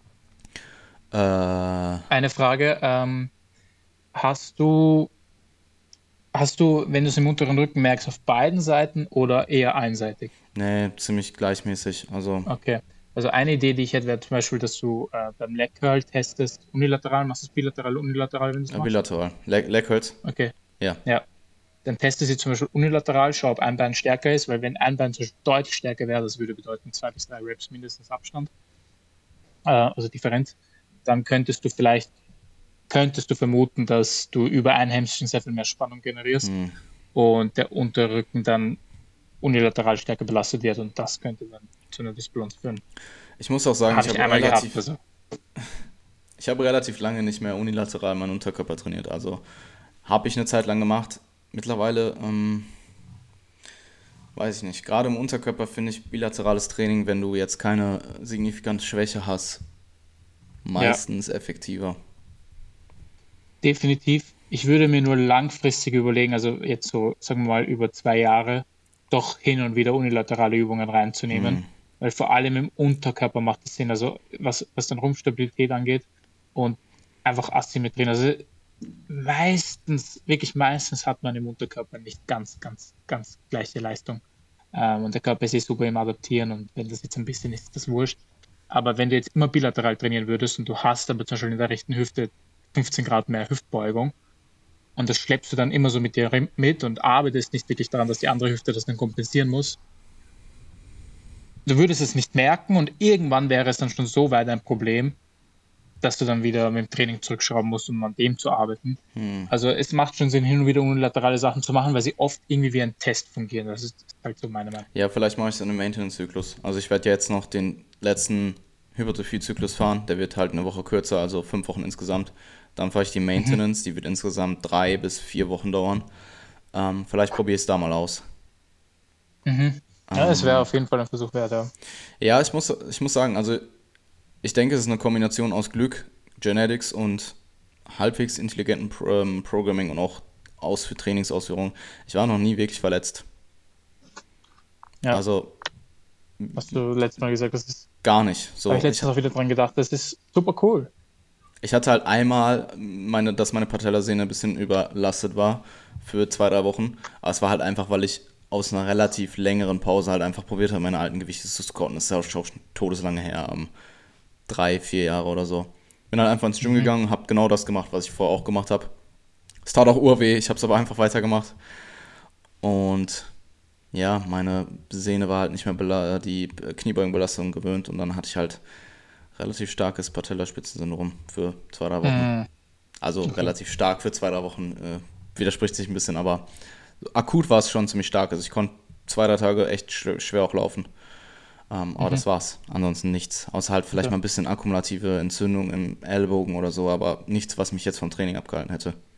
Äh, Eine Frage, ähm, hast du, hast du, wenn du es im unteren Rücken merkst, auf beiden Seiten oder eher einseitig? Nee, ziemlich gleichmäßig. Also okay. Also eine Idee, die ich hätte, wäre zum Beispiel, dass du äh, beim Leg Curl testest, unilateral, machst du es bilateral, unilateral, wenn du es machst? Bilateral. Leg, Leg Curls? Okay. Ja. Ja. Dann teste sie zum Beispiel unilateral, schau, ob ein Bein stärker ist, weil wenn ein Bein zum Beispiel deutlich stärker wäre, das würde bedeuten zwei bis drei Reps mindestens Abstand, äh, also Differenz, dann könntest du vielleicht, könntest du vermuten, dass du über ein Hamstring sehr viel mehr Spannung generierst hm. und der Unterrücken dann unilateral stärker belastet wird und das könnte dann zu einer Disbalance führen. Ich muss auch sagen, hab ich, ich habe relativ, gehabt, also. ich habe relativ lange nicht mehr unilateral meinen Unterkörper trainiert, also habe ich eine Zeit lang gemacht. Mittlerweile, ähm, weiß ich nicht, gerade im Unterkörper finde ich bilaterales Training, wenn du jetzt keine signifikante Schwäche hast, meistens ja. effektiver. Definitiv. Ich würde mir nur langfristig überlegen, also jetzt so, sagen wir mal, über zwei Jahre, doch hin und wieder unilaterale Übungen reinzunehmen, mhm. weil vor allem im Unterkörper macht es Sinn, also was, was dann Rumpfstabilität angeht und einfach Asymmetrien, also meistens, wirklich meistens hat man im Unterkörper nicht ganz, ganz, ganz gleiche Leistung. Ähm, und der Körper ist eh super im Adaptieren und wenn das jetzt ein bisschen ist, ist das wurscht. Aber wenn du jetzt immer bilateral trainieren würdest und du hast aber zum Beispiel in der rechten Hüfte fünfzehn Grad mehr Hüftbeugung und das schleppst du dann immer so mit dir mit und arbeitest nicht wirklich daran, dass die andere Hüfte das dann kompensieren muss, du würdest es nicht merken und irgendwann wäre es dann schon so weit ein Problem, dass du dann wieder mit dem Training zurückschrauben musst, um an dem zu arbeiten. Hm. Also es macht schon Sinn, hin und wieder unilaterale Sachen zu machen, weil sie oft irgendwie wie ein Test fungieren. Das ist halt so meine Meinung. Ja, vielleicht mache ich es in einem Maintenance-Zyklus. Also ich werde jetzt noch den letzten Hypertrophie-Zyklus fahren. Der wird halt eine Woche kürzer, also fünf Wochen insgesamt. Dann fahre ich die Maintenance, mhm. die wird insgesamt drei bis vier Wochen dauern. Ähm, vielleicht probiere ich es da mal aus. Mhm. Ja, ähm, es wäre auf jeden Fall ein Versuch wert, ja. Ja, ich muss, ich muss sagen, also ich denke, es ist eine Kombination aus Glück, Genetics und halbwegs intelligentem Pro- ähm, Programming und auch aus für Trainingsausführung. Ich war noch nie wirklich verletzt. Ja. Also hast du letztes Mal gesagt, das ist gar nicht. So, habe ich letztens ich, auch wieder dran gedacht, das ist super cool. Ich hatte halt einmal, meine, dass meine Patellasehne ein bisschen überlastet war für zwei, drei Wochen. Aber es war halt einfach, weil ich aus einer relativ längeren Pause halt einfach probiert habe, meine alten Gewichte zu squatten. Das ist ja auch schon todeslange her. Um, drei, vier Jahre oder so. Bin halt einfach ins Gym mhm. gegangen, habe genau das gemacht, was ich vorher auch gemacht habe. Es tat auch urweh, ich habe es aber einfach weitergemacht. Und ja, meine Sehne war halt nicht mehr bela- die Kniebeugenbelastung gewöhnt und dann hatte ich halt relativ starkes Patellaspitzensyndrom für zwei, drei Wochen. Mhm. Also okay. relativ stark für zwei, drei Wochen. Äh, widerspricht sich ein bisschen, aber akut war es schon ziemlich stark. Also ich konnte zwei, drei Tage echt sch- schwer auch laufen. Um, aber mhm. das war's. Ansonsten nichts. Außer halt vielleicht ja. mal ein bisschen akkumulative Entzündung im Ellbogen oder so, aber nichts, was mich jetzt vom Training abgehalten hätte.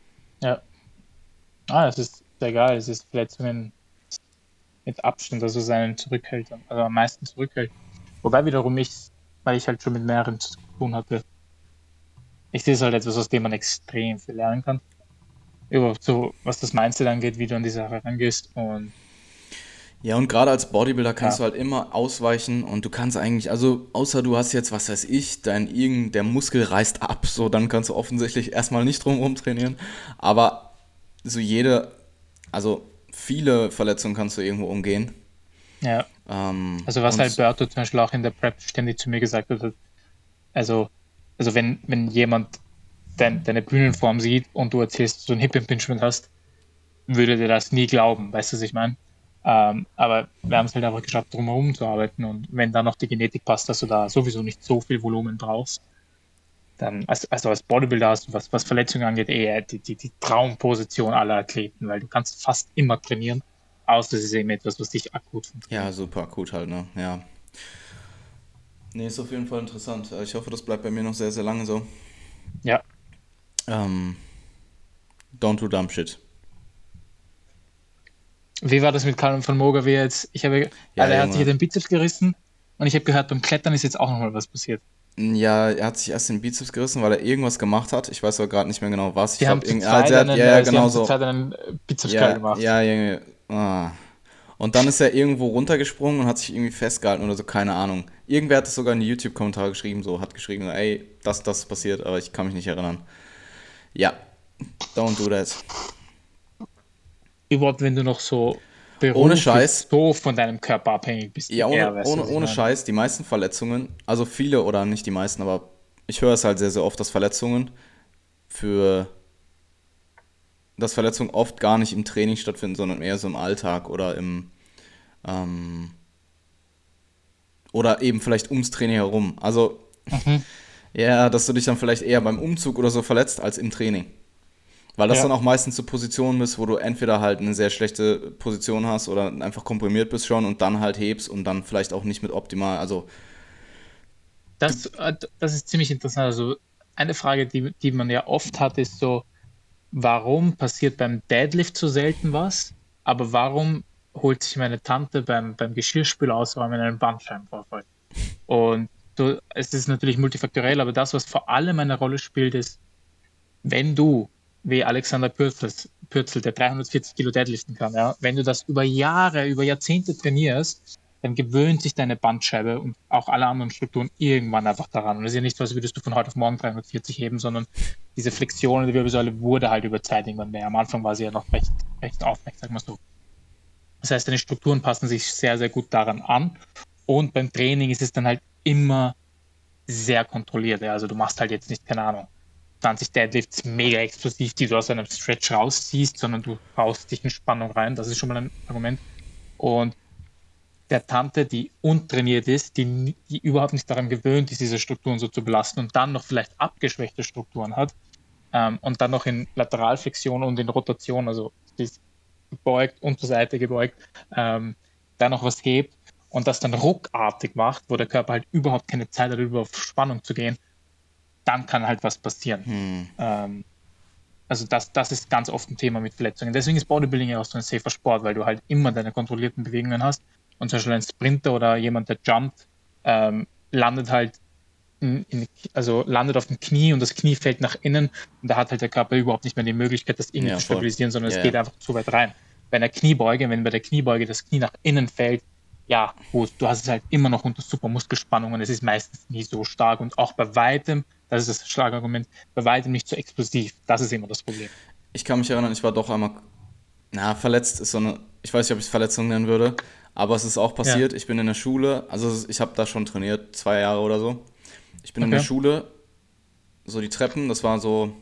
Ja. Ah, es ist sehr geil. Es ist Verletzungen mit Abstand, also seinen zurückhält, also am meisten zurückhält. Wobei wiederum ich, weil ich halt schon mit mehreren zu tun hatte, ich sehe es halt etwas, aus dem man extrem viel lernen kann. Überhaupt so, was das Mindset angeht, wie du an die Sache rangehst. Und Ja, und gerade als Bodybuilder kannst ja, du halt immer ausweichen und du kannst eigentlich, also außer du hast jetzt, was weiß ich, dein irgend, der Muskel reißt ab, so dann kannst du offensichtlich erstmal nicht drum trainieren. Aber so jede, also viele Verletzungen kannst du irgendwo umgehen. ja. Ähm, Also was halt und Berto zum Beispiel auch in der Prep ständig zu mir gesagt hat, also, also wenn, wenn jemand dein, deine Bühnenform sieht und du erzählst, dass du ein Hip Impingement hast, würde dir das nie glauben, weißt du, was ich meine? Ähm, aber wir haben es halt einfach geschafft, drumherum zu arbeiten, und wenn da noch die Genetik passt, dass du da sowieso nicht so viel Volumen brauchst, dann, also, also als Bodybuilder hast du, was, was Verletzungen angeht, eher die, die, die Traumposition aller Athleten, weil du kannst fast immer trainieren, außer es ist eben etwas, was dich akut vom ja, Training. super, gut halt, ne? Ja. Nee, ist auf jeden Fall interessant. Ich hoffe, das bleibt bei mir noch sehr, sehr lange so. Ja, Ähm, don't do dumb shit. wie war das mit Callum von Moger, wie er jetzt, ich habe, Ja, also er hat sich Junge. ja den Bizeps gerissen, und ich habe gehört, beim Klettern ist jetzt auch nochmal was passiert. Ja, er hat sich erst den Bizeps gerissen, weil er irgendwas gemacht hat. Ich weiß aber gerade nicht mehr genau was. Ich Die haben glaube, zu irgend, also zweit er hat, ja, einen, ja, äh, sie genau haben zu so. zweit einen äh, Bizepscurl Ja, gemacht. ja, Junge. Ah. Und dann ist er irgendwo runtergesprungen und hat sich irgendwie festgehalten oder so, keine Ahnung. Irgendwer hat es sogar in die YouTube-Kommentare geschrieben, so, hat geschrieben, ey, das, das ist passiert, aber ich kann mich nicht erinnern. Ja, don't do that. Überhaupt, wenn du noch so Ohne beruflich Scheiß, so von deinem Körper abhängig bist ja, wie ohne, er, weißt du, ohne, was ich ohne meine? Scheiß, die meisten Verletzungen, also viele oder nicht die meisten, aber ich höre es halt sehr, sehr oft, dass Verletzungen für, dass Verletzungen oft gar nicht im Training stattfinden, sondern eher so im Alltag oder im, ähm, oder eben vielleicht ums Training herum. Also, Mhm. ja, dass du dich dann vielleicht eher beim Umzug oder so verletzt als im Training. Weil das dann Ja, auch meistens so Positionen bist, wo du entweder halt eine sehr schlechte Position hast oder einfach komprimiert bist schon und dann halt hebst und dann vielleicht auch nicht mit optimal. Also, du, das, äh, das ist ziemlich interessant. Also eine Frage, die, die man ja oft hat, ist so, warum passiert beim Deadlift so selten was, aber warum holt sich meine Tante beim, beim Geschirrspüler ausräumen einen Bandscheibenvorfall? Und du, es ist natürlich multifaktoriell, aber das, was vor allem eine Rolle spielt, ist, wenn du, wie Alexander Pürzel, Pürzel der dreihundertvierzig Kilo deadliften kann, ja, wenn du das über Jahre, über Jahrzehnte trainierst, dann gewöhnt sich deine Bandscheibe und auch alle anderen Strukturen irgendwann einfach daran. Und es ist ja nicht so, als würdest du von heute auf morgen dreihundertvierzig heben, sondern diese Flexion in der Wirbelsäule wurde halt über Zeit irgendwann mehr. Am Anfang war sie ja noch recht, recht aufrecht, sagen wir so. Das heißt, deine Strukturen passen sich sehr, sehr gut daran an. Und beim Training ist es dann halt immer sehr kontrolliert. Ja. Also du machst halt jetzt nicht, keine Ahnung, zwanzig Deadlifts mega explosiv, die du aus einem Stretch rausziehst, sondern du haust dich in Spannung rein. Das ist schon mal ein Argument. Und der Tante, die untrainiert ist, die, die überhaupt nicht daran gewöhnt ist, diese Strukturen so zu belasten und dann noch vielleicht abgeschwächte Strukturen hat, ähm, und dann noch in Lateralflexion und in Rotation, also sie ist gebeugt und zur Seite gebeugt, ähm, da noch was hebt und das dann ruckartig macht, wo der Körper halt überhaupt keine Zeit hat, über auf Spannung zu gehen, dann kann halt was passieren. hm, Ähm, also das, das ist ganz oft ein Thema mit Verletzungen. Deswegen ist Bodybuilding ja auch so ein safer Sport, weil du halt immer deine kontrollierten Bewegungen hast. Und zum Beispiel ein Sprinter oder jemand, der jumpt, ähm, landet halt in, in, also landet auf dem Knie und das Knie fällt nach innen, und da hat halt der Körper überhaupt nicht mehr die Möglichkeit, das irgendwie ja, zu voll. stabilisieren, sondern Ja, es ja. geht einfach zu weit rein. Bei einer Kniebeuge, wenn bei der Kniebeuge das Knie nach innen fällt, ja, gut, du hast es halt immer noch unter super Muskelspannung und es ist meistens nie so stark und auch bei weitem, das ist das Schlagargument, bei weitem nicht so explosiv. Das ist immer das Problem. Ich kann mich erinnern, ich war doch einmal, na, verletzt ist so eine, ich weiß nicht, ob ich es Verletzung nennen würde, aber es ist auch Ja, passiert. Ich bin in der Schule, also ich habe da schon trainiert, zwei Jahre oder so. Ich bin in der okay. Schule, so die Treppen, das war so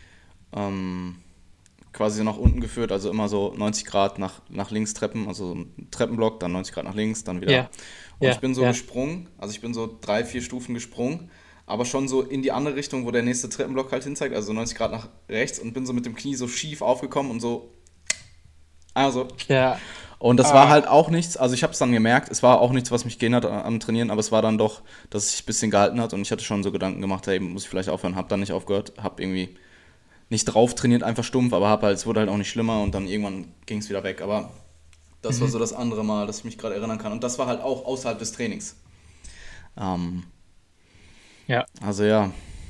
ähm, quasi nach unten geführt, also immer so neunzig Grad nach, nach links Treppen, also ein Treppenblock, dann neunzig Grad nach links, dann wieder. Ja, Und ich ja, bin so ja, gesprungen, also ich bin so drei, vier Stufen gesprungen, aber schon so in die andere Richtung, wo der nächste Treppenblock halt hinzeigt, also neunzig Grad nach rechts und bin so mit dem Knie so schief aufgekommen und so, also. ja. Und das war Ah, halt auch nichts, also ich habe es dann gemerkt, es war auch nichts, was mich gehindert hat am Trainieren, aber es war dann doch, dass es sich ein bisschen gehalten hat und ich hatte schon so Gedanken gemacht, hey, muss ich vielleicht aufhören, hab dann nicht aufgehört, hab irgendwie nicht drauf trainiert, einfach stumpf, aber hab halt, es wurde halt auch nicht schlimmer und dann irgendwann ging es wieder weg. Aber das mhm. war so das andere Mal, das ich mich gerade erinnern kann. Und das war halt auch außerhalb des Trainings. Ähm, ja. Also ja.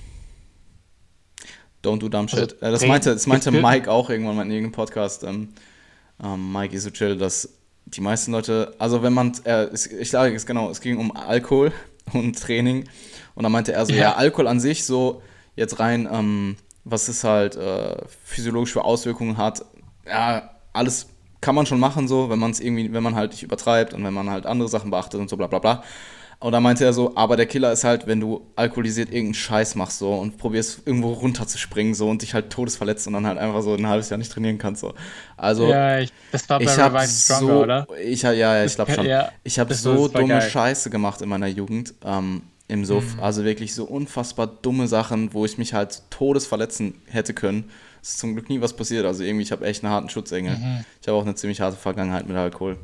Don't do dumb shit. Also, äh, das meinte, das meinte Mike auch irgendwann mal in irgendeinem Podcast. Ähm, ähm, Mike is so chill, dass die meisten Leute, also wenn man, äh, ich sage es genau, es ging um Alkohol und Training und dann meinte er so, ja, ja Alkohol an sich so jetzt rein, ähm, was es halt äh, physiologisch für Auswirkungen hat, ja, alles kann man schon machen so, wenn man es irgendwie, wenn man halt nicht übertreibt und wenn man halt andere Sachen beachtet und so bla bla bla. Und da meinte er so, aber der Killer ist halt, wenn du alkoholisiert irgendeinen Scheiß machst so und probierst irgendwo runterzuspringen so und dich halt todesverletzt und dann halt einfach so ein halbes Jahr nicht trainieren kannst so. Also ja, ich, das war bei ich habe Stronger, so, oder? Ich, ja, ja, ich glaube schon. Ja, ich habe so dumme geil. Scheiße gemacht in meiner Jugend ähm, im Suff. Mhm. Also wirklich so unfassbar dumme Sachen, wo ich mich halt todesverletzen hätte können. Es ist zum Glück nie was passiert. Also irgendwie, ich habe echt einen harten Schutzengel. Mhm. Ich habe auch eine ziemlich harte Vergangenheit mit Alkohol.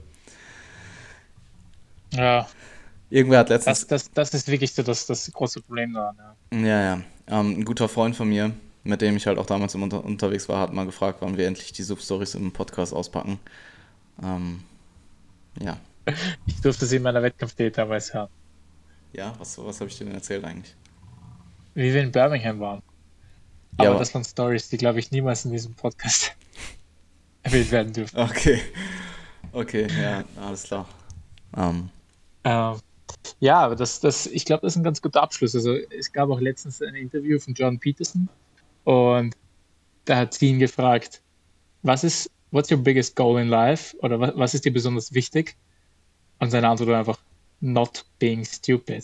Ja. Irgendwer hat letztens... Das, das, das ist wirklich so das, das große Problem daran, ja. Ja, ja. Ähm, ein guter Freund von mir, mit dem ich halt auch damals im Unter- unterwegs war, hat mal gefragt, wann wir endlich die Suff-Stories im Podcast auspacken. Ähm, ja. Ich durfte sie in meiner Wettkampfdiät damals hören. Ja, was, was habe ich dir denn erzählt eigentlich? Wie wir in Birmingham waren. Aber, ja, aber das waren Stories, die, glaube ich, niemals in diesem Podcast erwähnt werden dürfen. Okay. Okay, ja, alles klar. Um. Ähm, ja, aber das, das, ich glaube, das ist ein ganz guter Abschluss. Also es gab auch letztens ein Interview von Jordan Peterson und da hat sie ihn gefragt, was ist, what's your biggest goal in life? Oder was, was ist dir besonders wichtig? Und seine Antwort war einfach, not being stupid.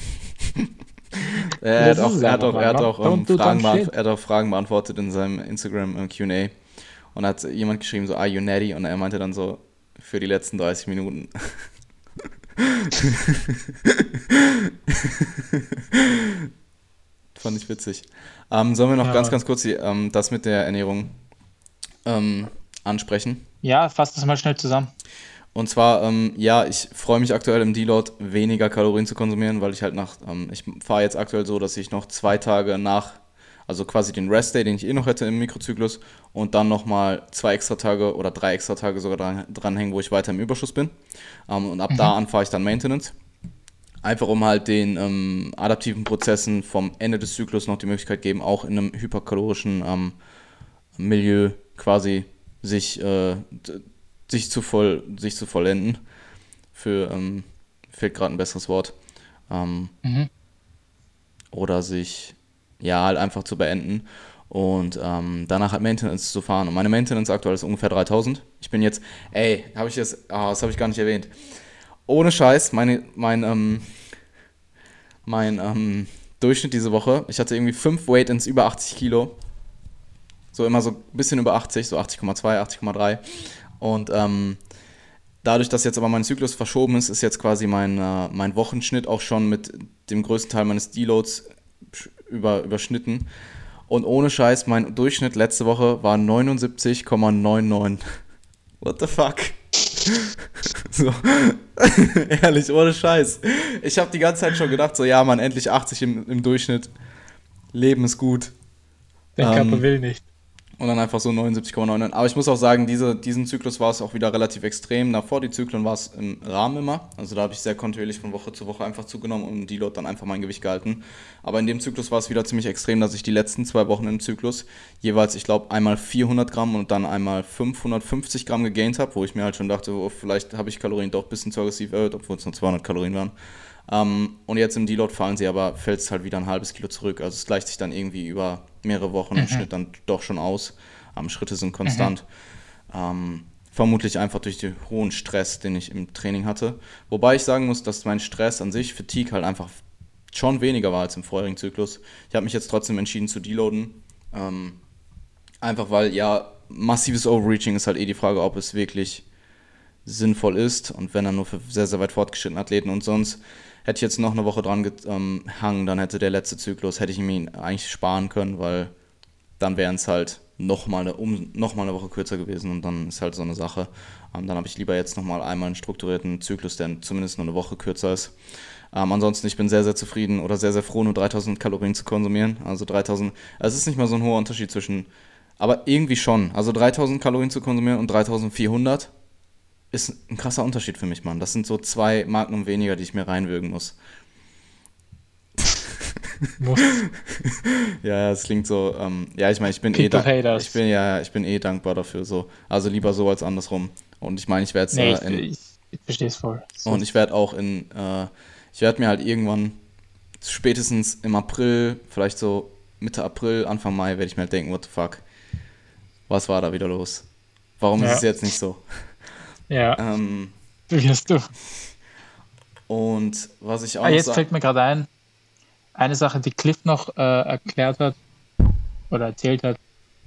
er, hat auch, er, hat auch, er, hat auch, um, Fragen beant- er hat auch Fragen beantwortet in seinem Instagram äh, Q and A und hat jemand geschrieben so, are you natty? Und er meinte dann so, für die letzten dreißig Minuten. Fand ich witzig. Ähm, sollen wir noch ja. ganz, ganz kurz die, ähm, das mit der Ernährung ähm, ansprechen? Ja, fass das mal schnell zusammen. Und zwar, ähm, ja, ich freue mich aktuell im Deload weniger Kalorien zu konsumieren, weil ich halt nach, ähm, ich fahre jetzt aktuell so, dass ich noch zwei Tage nach, also quasi den Rest-Day, den ich eh noch hätte im Mikrozyklus und dann nochmal zwei extra Tage oder drei extra Tage sogar dran, dranhängen, wo ich weiter im Überschuss bin. Ähm, und ab mhm. da an fahre ich dann Maintenance. Einfach um halt den ähm, adaptiven Prozessen vom Ende des Zyklus noch die Möglichkeit geben, auch in einem hyperkalorischen ähm, Milieu quasi sich, äh, d- sich, zu voll, sich zu vollenden. Für, ähm, fehlt gerade ein besseres Wort. Ähm, mhm. Oder sich, ja, halt einfach zu beenden und ähm, danach halt Maintenance zu fahren. Und meine Maintenance aktuell ist ungefähr dreitausend. Ich bin jetzt, ey, habe ich jetzt, ah, das habe ich gar nicht erwähnt. Ohne Scheiß, meine, mein, ähm, mein ähm, Durchschnitt diese Woche, ich hatte irgendwie fünf Weigh-ins über achtzig Kilo. So immer so ein bisschen über achtzig, so achtzig Komma zwei, achtzig Komma drei. Und ähm, dadurch, dass jetzt aber mein Zyklus verschoben ist, ist jetzt quasi mein, äh, mein Wochenschnitt auch schon mit dem größten Teil meines Deloads über, überschnitten. Und ohne Scheiß, mein Durchschnitt letzte Woche war neunundsiebzig Komma neunundneunzig. What the fuck? So, ehrlich, ohne Scheiß. Ich habe die ganze Zeit schon gedacht, so, ja, man, endlich achtzig im, im Durchschnitt. Leben ist gut. Der Körper ähm, will nicht. Und dann einfach so neunundsiebzig Komma neunundneunzig. Aber ich muss auch sagen, diese, diesen Zyklus war es auch wieder relativ extrem. Davor die Zyklen war es im Rahmen immer. Also da habe ich sehr kontinuierlich von Woche zu Woche einfach zugenommen und im Deload dann einfach mein Gewicht gehalten. Aber in dem Zyklus war es wieder ziemlich extrem, dass ich die letzten zwei Wochen im Zyklus jeweils, ich glaube, einmal vierhundert Gramm und dann einmal fünfhundertfünfzig Gramm gegaint habe, wo ich mir halt schon dachte, oh, vielleicht habe ich Kalorien doch ein bisschen zu aggressiv erhöht, obwohl es nur zweihundert Kalorien waren. Um, und jetzt im Deload fallen sie aber, fällt es halt wieder ein halbes Kilo zurück. Also es gleicht sich dann irgendwie über mehrere Wochen mhm. im Schnitt dann doch schon aus. Um, Schritte sind konstant. Mhm. Um, vermutlich einfach durch den hohen Stress, den ich im Training hatte. Wobei ich sagen muss, dass mein Stress an sich, Fatigue, halt einfach schon weniger war als im vorherigen Zyklus. Ich habe mich jetzt trotzdem entschieden zu deloaden. Um, einfach weil, ja, massives Overreaching ist halt eh die Frage, ob es wirklich sinnvoll ist. Und wenn dann nur für sehr, sehr weit fortgeschrittene Athleten. Und sonst hätte ich jetzt noch eine Woche dran gehangen, dann hätte der letzte Zyklus, hätte ich ihn eigentlich sparen können, weil dann wären es halt nochmal eine, um, noch mal eine Woche kürzer gewesen und dann ist halt so eine Sache. Ähm, dann habe ich lieber jetzt nochmal einmal einen strukturierten Zyklus, der zumindest nur eine Woche kürzer ist. Ähm, ansonsten, ich bin sehr, sehr zufrieden oder sehr, sehr froh, nur dreitausend Kalorien zu konsumieren. Also dreitausend, es ist nicht mal so ein hoher Unterschied zwischen, aber irgendwie schon. Also dreitausend Kalorien zu konsumieren und dreitausendvierhundert ist ein krasser Unterschied für mich, Mann. Das sind so zwei Magnum weniger, die ich mir reinwürgen muss. Muss. Ja, es klingt so, ähm, ja, ich meine, ich bin eh People dank- hate us. ich bin ja, ich bin eh dankbar dafür so. Also lieber so als andersrum. Und ich meine, ich werde jetzt Nee, äh, ich, in, ich, ich verstehe es voll. So. und ich werde auch in, äh, ich werde mir halt irgendwann spätestens im April, vielleicht so Mitte April, Anfang Mai, werde ich mir halt denken, what the fuck, was war da wieder los? Warum ist Ja. es jetzt nicht so? Ja, Ähm, wirst du. und was ich auch Ah, noch jetzt sa- fällt mir gerade ein, eine Sache, die Cliff noch äh, erklärt hat oder erzählt hat,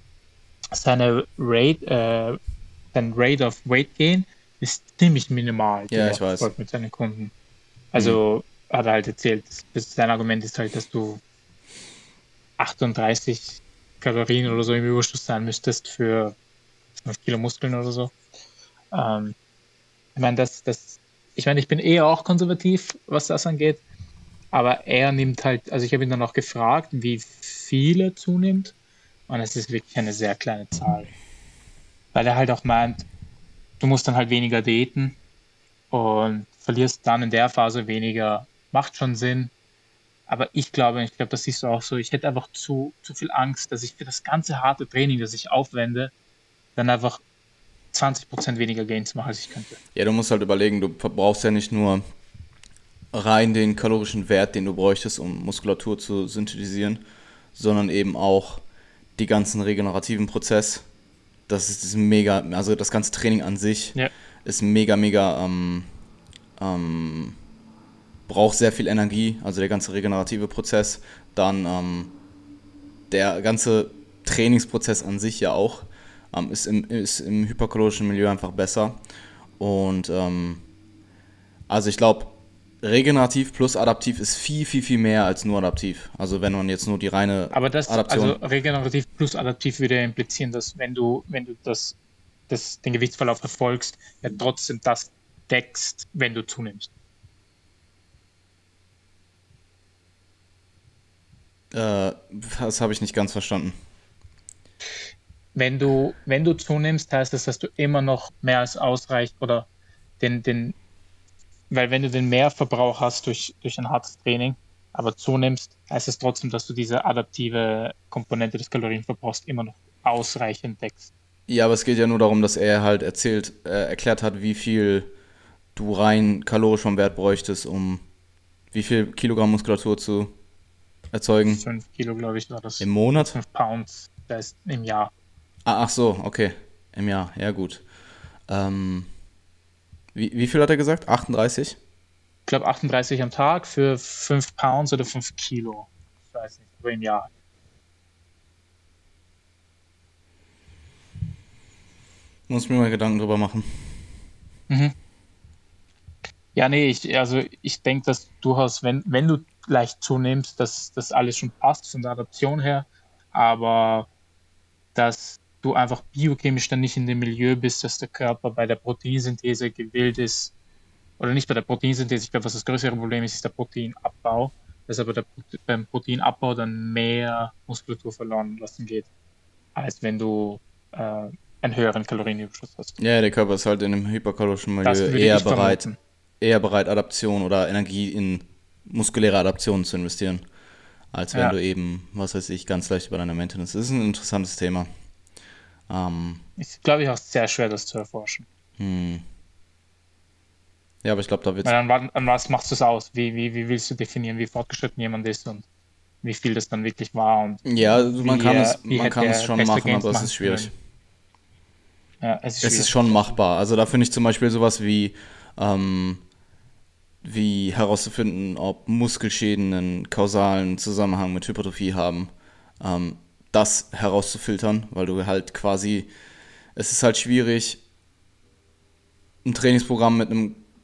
seine Rate, äh, sein Rate of Weight Gain ist ziemlich minimal, die Ja, er ich weiß. verfolgt mit seinen Kunden. Also hat er halt erzählt, das, sein Argument ist halt, dass du achtunddreißig Kalorien oder so im Überschuss sein müsstest für fünf Kilo Muskeln oder so. Ähm, ich meine, das, das, ich meine, ich bin eher auch konservativ, was das angeht, aber er nimmt halt, also ich habe ihn dann auch gefragt, wie viel er zunimmt, und es ist wirklich eine sehr kleine Zahl. Weil er halt auch meint, du musst dann halt weniger daten und verlierst dann in der Phase weniger, macht schon Sinn. Aber ich glaube, ich glaube, das siehst du auch so, ich hätte einfach zu, zu viel Angst, dass ich für das ganze harte Training, das ich aufwende, dann einfach zwanzig Prozent weniger Gains mache, als ich könnte. Ja, du musst halt überlegen, du verbrauchst ja nicht nur rein den kalorischen Wert, den du bräuchtest, um Muskulatur zu synthetisieren, sondern eben auch die ganzen regenerativen Prozess. Das ist, das ist mega, also das ganze Training an sich Ja. ist mega, mega, ähm, ähm, braucht sehr viel Energie, also der ganze regenerative Prozess. Dann ähm, der ganze Trainingsprozess an sich ja auch, ähm, ist, im, ist im hyperkalorischen Milieu einfach besser. Und ähm, also ich glaube, regenerativ plus adaptiv ist viel, viel, viel mehr als nur adaptiv. Also wenn man jetzt nur die reine Aber das, Adaption... also regenerativ plus adaptiv würde ja implizieren, dass wenn du, wenn du das, das, den Gewichtsverlauf verfolgst, ja trotzdem das deckst, wenn du zunimmst. Äh, das habe ich nicht ganz verstanden. Wenn du, wenn du zunimmst, heißt das, dass du immer noch mehr als ausreicht oder den, den, weil wenn du den Mehrverbrauch hast durch, durch ein hartes Training, aber zunimmst, heißt es trotzdem, dass du diese adaptive Komponente des Kalorienverbrauchs immer noch ausreichend deckst. Ja, aber es geht ja nur darum, dass er halt erzählt, äh, erklärt hat, wie viel du rein kalorisch vom Wert bräuchtest, um wie viel Kilogramm Muskulatur zu erzeugen. Fünf Kilo, glaube ich, war das. Im Monat? Fünf Pounds, das ist im Jahr. Ah, ach so, okay. Im Jahr, ja gut. Ähm, wie, wie viel hat er gesagt? achtunddreißig? Ich glaube achtunddreißig am Tag für fünf Pounds oder fünf Kilo. Ich weiß nicht, aber im Jahr. Muss ich mir mal Gedanken drüber machen. Mhm. Ja, nee, ich, also ich denke, dass durchaus, wenn, wenn du leicht zunimmst, dass das alles schon passt von der Adaption her, aber dass du einfach biochemisch dann nicht in dem Milieu bist, dass der Körper bei der Proteinsynthese gewillt ist, oder nicht bei der Proteinsynthese, ich glaube, was das größere Problem ist, ist der Proteinabbau, dass aber der, beim Proteinabbau dann mehr Muskulatur verloren lassen geht, als wenn du äh, einen höheren Kalorienüberschuss hast. Ja, der Körper ist halt in einem hyperkalorischen Das Milieu würde eher ich bereit, vermuten. eher bereit, Adaption oder Energie in muskuläre Adaptionen zu investieren, als wenn Ja. du eben, was weiß ich, ganz leicht über deine Maintenance. Das ist ein interessantes Thema. Ähm, Ist, glaube ich, auch sehr schwer, das zu erforschen. hm. Ja, aber ich glaube, da wird Weil an, wa- an was machst du es aus? Wie, wie, wie willst du definieren, wie fortgeschritten jemand ist und wie viel das dann wirklich war? Und ja, also man wie kann er- es, wie man hätte kann es er schon bessere machen, Gains aber es machen ist schwierig. können? Ja, es ist, Es schwierig. ist schon machbar. Also da finde ich zum Beispiel sowas wie, ähm, wie herauszufinden, ob Muskelschäden einen kausalen Zusammenhang mit Hypertrophie haben, ähm, das herauszufiltern, weil du halt quasi, es ist halt schwierig, ein Trainingsprogramm mit einem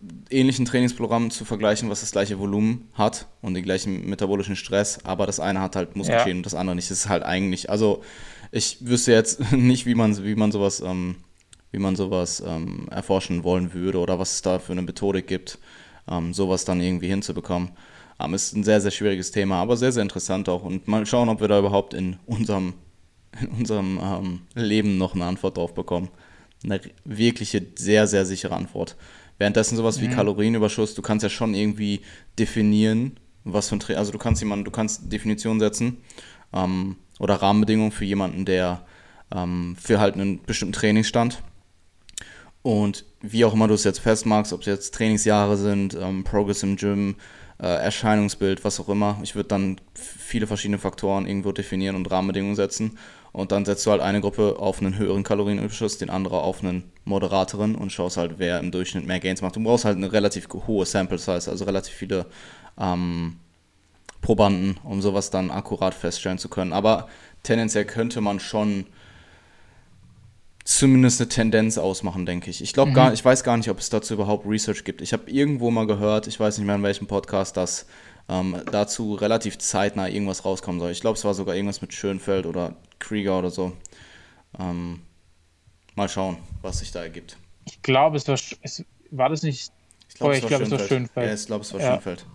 ähnlichen Trainingsprogrammen zu vergleichen, was das gleiche Volumen hat und den gleichen metabolischen Stress, aber das eine hat halt Muskelschäden Ja. und das andere nicht. Das ist halt eigentlich, also ich wüsste jetzt nicht, wie man, wie man sowas, ähm, wie man sowas ähm, erforschen wollen würde oder was es da für eine Methodik gibt, ähm, sowas dann irgendwie hinzubekommen. Ähm, ist ein sehr, sehr schwieriges Thema, aber sehr, sehr interessant auch. Und mal schauen, ob wir da überhaupt in unserem, in unserem ähm, Leben noch eine Antwort drauf bekommen. Eine wirkliche, sehr, sehr sichere Antwort. Währenddessen sowas wie Mhm. Kalorienüberschuss, du kannst ja schon irgendwie definieren, was für ein Tra- also du kannst jemanden, du kannst Definitionen setzen ähm, oder Rahmenbedingungen für jemanden, der ähm, für halt einen bestimmten Trainingsstand und wie auch immer du es jetzt festmachst, ob es jetzt Trainingsjahre sind, ähm, Progress im Gym, äh, Erscheinungsbild, was auch immer. Ich würde dann viele verschiedene Faktoren irgendwo definieren und Rahmenbedingungen setzen. Und dann setzt du halt eine Gruppe auf einen höheren Kalorienüberschuss, den andere auf einen moderateren und schaust halt, wer im Durchschnitt mehr Gains macht. Du brauchst halt eine relativ hohe Sample Size, also relativ viele ähm, Probanden, um sowas dann akkurat feststellen zu können. Aber tendenziell könnte man schon zumindest eine Tendenz ausmachen, denke ich. Ich glaube gar, Mhm. ich weiß gar nicht, ob es dazu überhaupt Research gibt. Ich habe irgendwo mal gehört, ich weiß nicht mehr in welchem Podcast, dass ähm, dazu relativ zeitnah irgendwas rauskommen soll. Ich glaube, es war sogar irgendwas mit Schönfeld oder Krieger oder so. Ähm, mal schauen, was sich da ergibt. Ich glaube, es war, Sch- es, war das nicht Ich glaube, vorher? es Ich war glaube, es war Schönfeld. Ja, Schönfeld. ich glaube, es war Ja. Schönfeld.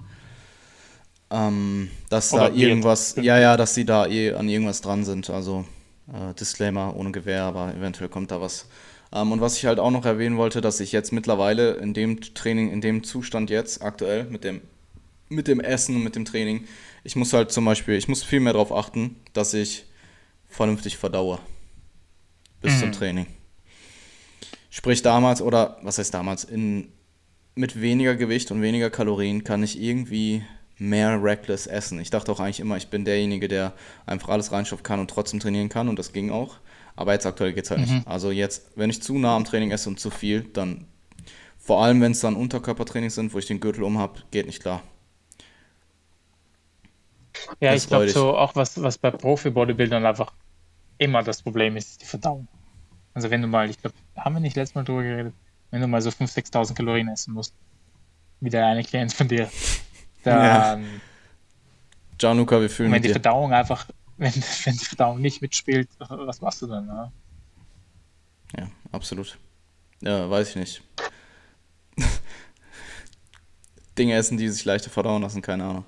Ähm, dass da Oder wird. irgendwas, ja, Schönfeld. ja, dass sie da eh an irgendwas dran sind. Also äh, Disclaimer ohne Gewehr, aber eventuell kommt da was. Ähm, und was ich halt auch noch erwähnen wollte, dass ich jetzt mittlerweile in dem Training, in dem Zustand jetzt aktuell mit dem, mit dem Essen und mit dem Training, ich muss halt zum Beispiel, ich muss viel mehr darauf achten, dass ich vernünftig verdaue bis zum Mhm. Training. Sprich damals, oder was heißt damals, in, mit weniger Gewicht und weniger Kalorien kann ich irgendwie mehr reckless essen. Ich dachte auch eigentlich immer, ich bin derjenige, der einfach alles reinstopfen kann und trotzdem trainieren kann und das ging auch. Aber jetzt aktuell geht es halt nicht. Mhm. Also jetzt, wenn ich zu nah am Training esse und zu viel, dann, vor allem wenn es dann Unterkörpertrainings sind, wo ich den Gürtel um habe, geht nicht klar. Ja, ich Ist glaube räudig. so auch, was, was bei Profi-Bodybuildern einfach immer das Problem ist, ist die Verdauung. Also wenn du mal, ich glaube, haben wir nicht letztes Mal drüber geredet, wenn du mal so fünftausend, sechstausend Kalorien essen musst, wie der eine Klient von dir, Ja, dann, Gianluca, wir und fühlen wenn mit die dir. Verdauung einfach, wenn, wenn die Verdauung nicht mitspielt, was machst du dann? Ne? Ja, absolut. Ja, weiß ich nicht. Dinge essen, die sich leichter verdauen lassen, keine Ahnung.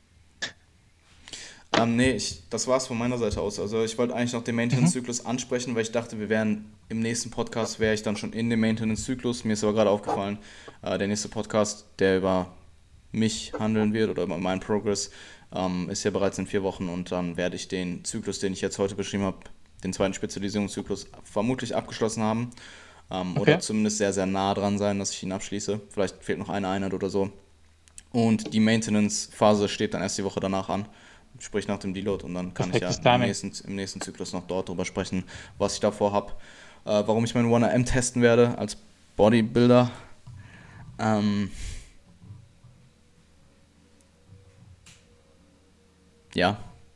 Ähm, nee, ich, das war's von meiner Seite aus. Also ich wollte eigentlich noch den Mhm. Maintenance-Zyklus ansprechen, weil ich dachte, wir wären im nächsten Podcast, wäre ich dann schon in dem Maintenance-Zyklus. Mir ist aber gerade aufgefallen, äh, der nächste Podcast, der über mich handeln wird oder über meinen Progress, ähm, ist ja bereits in vier Wochen und dann werde ich den Zyklus, den ich jetzt heute beschrieben habe, den zweiten Spezialisierungszyklus, vermutlich abgeschlossen haben. Ähm, oder Okay. zumindest sehr, sehr nah dran sein, dass ich ihn abschließe. Vielleicht fehlt noch eine Einheit oder so. Und die Maintenance-Phase steht dann erst die Woche danach an, sprich nach dem Deload. Und dann kann ich ja Perfektes im Timing. nächsten, im nächsten Zyklus noch dort drüber sprechen, was ich davor habe. Äh, warum ich meinen one A M testen werde als Bodybuilder. Ähm, ja.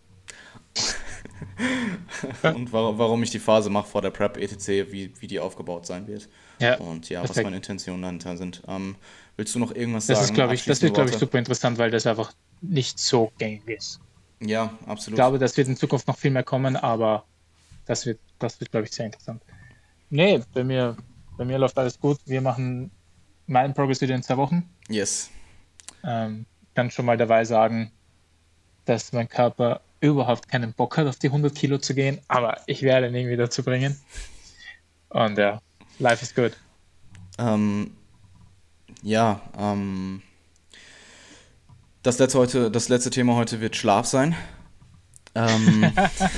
Und wa warum ich die Phase mache vor der Prep et cetera, wie, wie die aufgebaut sein wird. Ja, Und ja, was meine perfekt. Intentionen dahinter sind. Ähm, willst du noch irgendwas Das ist, sagen? glaube ich, das Abschließende wird, glaube ich, Worte? super interessant, weil das einfach nicht so gängig ist. Ja, Ich absolut. glaube, das wird in Zukunft noch viel mehr kommen, aber das wird, das wird, glaube ich, sehr interessant. Nee, bei mir, bei mir läuft alles gut. Wir machen meinen Progress wieder in zwei Wochen. Yes. Ähm, ich kann schon mal dabei sagen, dass mein Körper überhaupt keinen Bock hat, auf die hundert Kilo zu gehen, aber ich werde ihn irgendwie dazu bringen. Und ja, life is good. Ähm, ja, ähm, das letzte heute, das letzte Thema heute wird Schlaf sein. Ähm,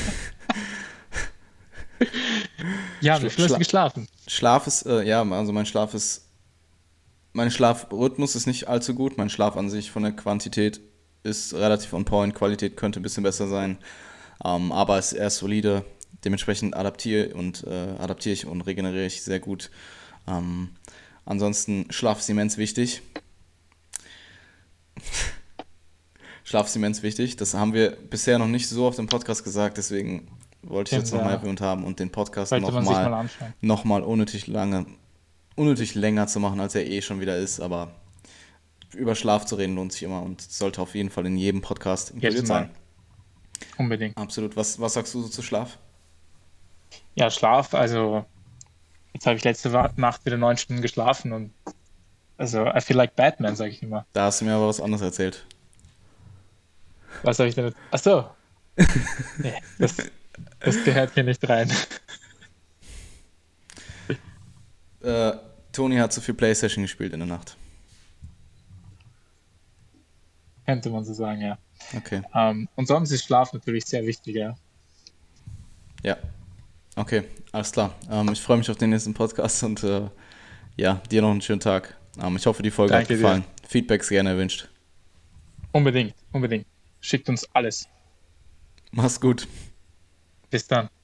Ja, wie Schla viel hast du Schla geschlafen? Schlaf ist, äh, ja, also mein Schlaf ist, mein Schlafrhythmus ist nicht allzu gut. Mein Schlaf an sich von der Quantität ist relativ on point. Qualität könnte ein bisschen besser sein, ähm, aber es ist eher solide. Dementsprechend adaptiere und äh, adaptiere ich und regeneriere ich sehr gut. Ähm, ansonsten Schlaf ist immens wichtig. Schlaf ist immens wichtig. Das haben wir bisher noch nicht so auf dem Podcast gesagt, deswegen wollte ich jetzt Stimmt, nochmal ja. erwähnt haben und den Podcast Sollte man sich nochmal mal anschauen. noch mal unnötig lange unnötig länger zu machen, als er eh schon wieder ist, aber über Schlaf zu reden lohnt sich immer und sollte auf jeden Fall in jedem Podcast inkludiert sein. Unbedingt. Absolut. Was, was sagst du so zu Schlaf? Ja, Schlaf, also jetzt habe ich letzte Nacht wieder neun Stunden geschlafen und also I feel like Batman, sage ich immer. Da hast du mir aber was anderes erzählt. Was habe ich denn? Ach so. Nee, das, das gehört hier nicht rein. Äh, Toni hat zu viel PlayStation gespielt in der Nacht. Könnte man so sagen, ja. Okay. Ähm, und sonst ist Schlaf natürlich sehr wichtig, ja. Ja. Okay, alles klar. Ähm, ich freue mich auf den nächsten Podcast und äh, ja, dir noch einen schönen Tag. Ähm, ich hoffe, die Folge Danke hat gefallen. dir. Feedbacks gerne erwünscht. Unbedingt, unbedingt. Schickt uns alles. Mach's gut. Bis dann.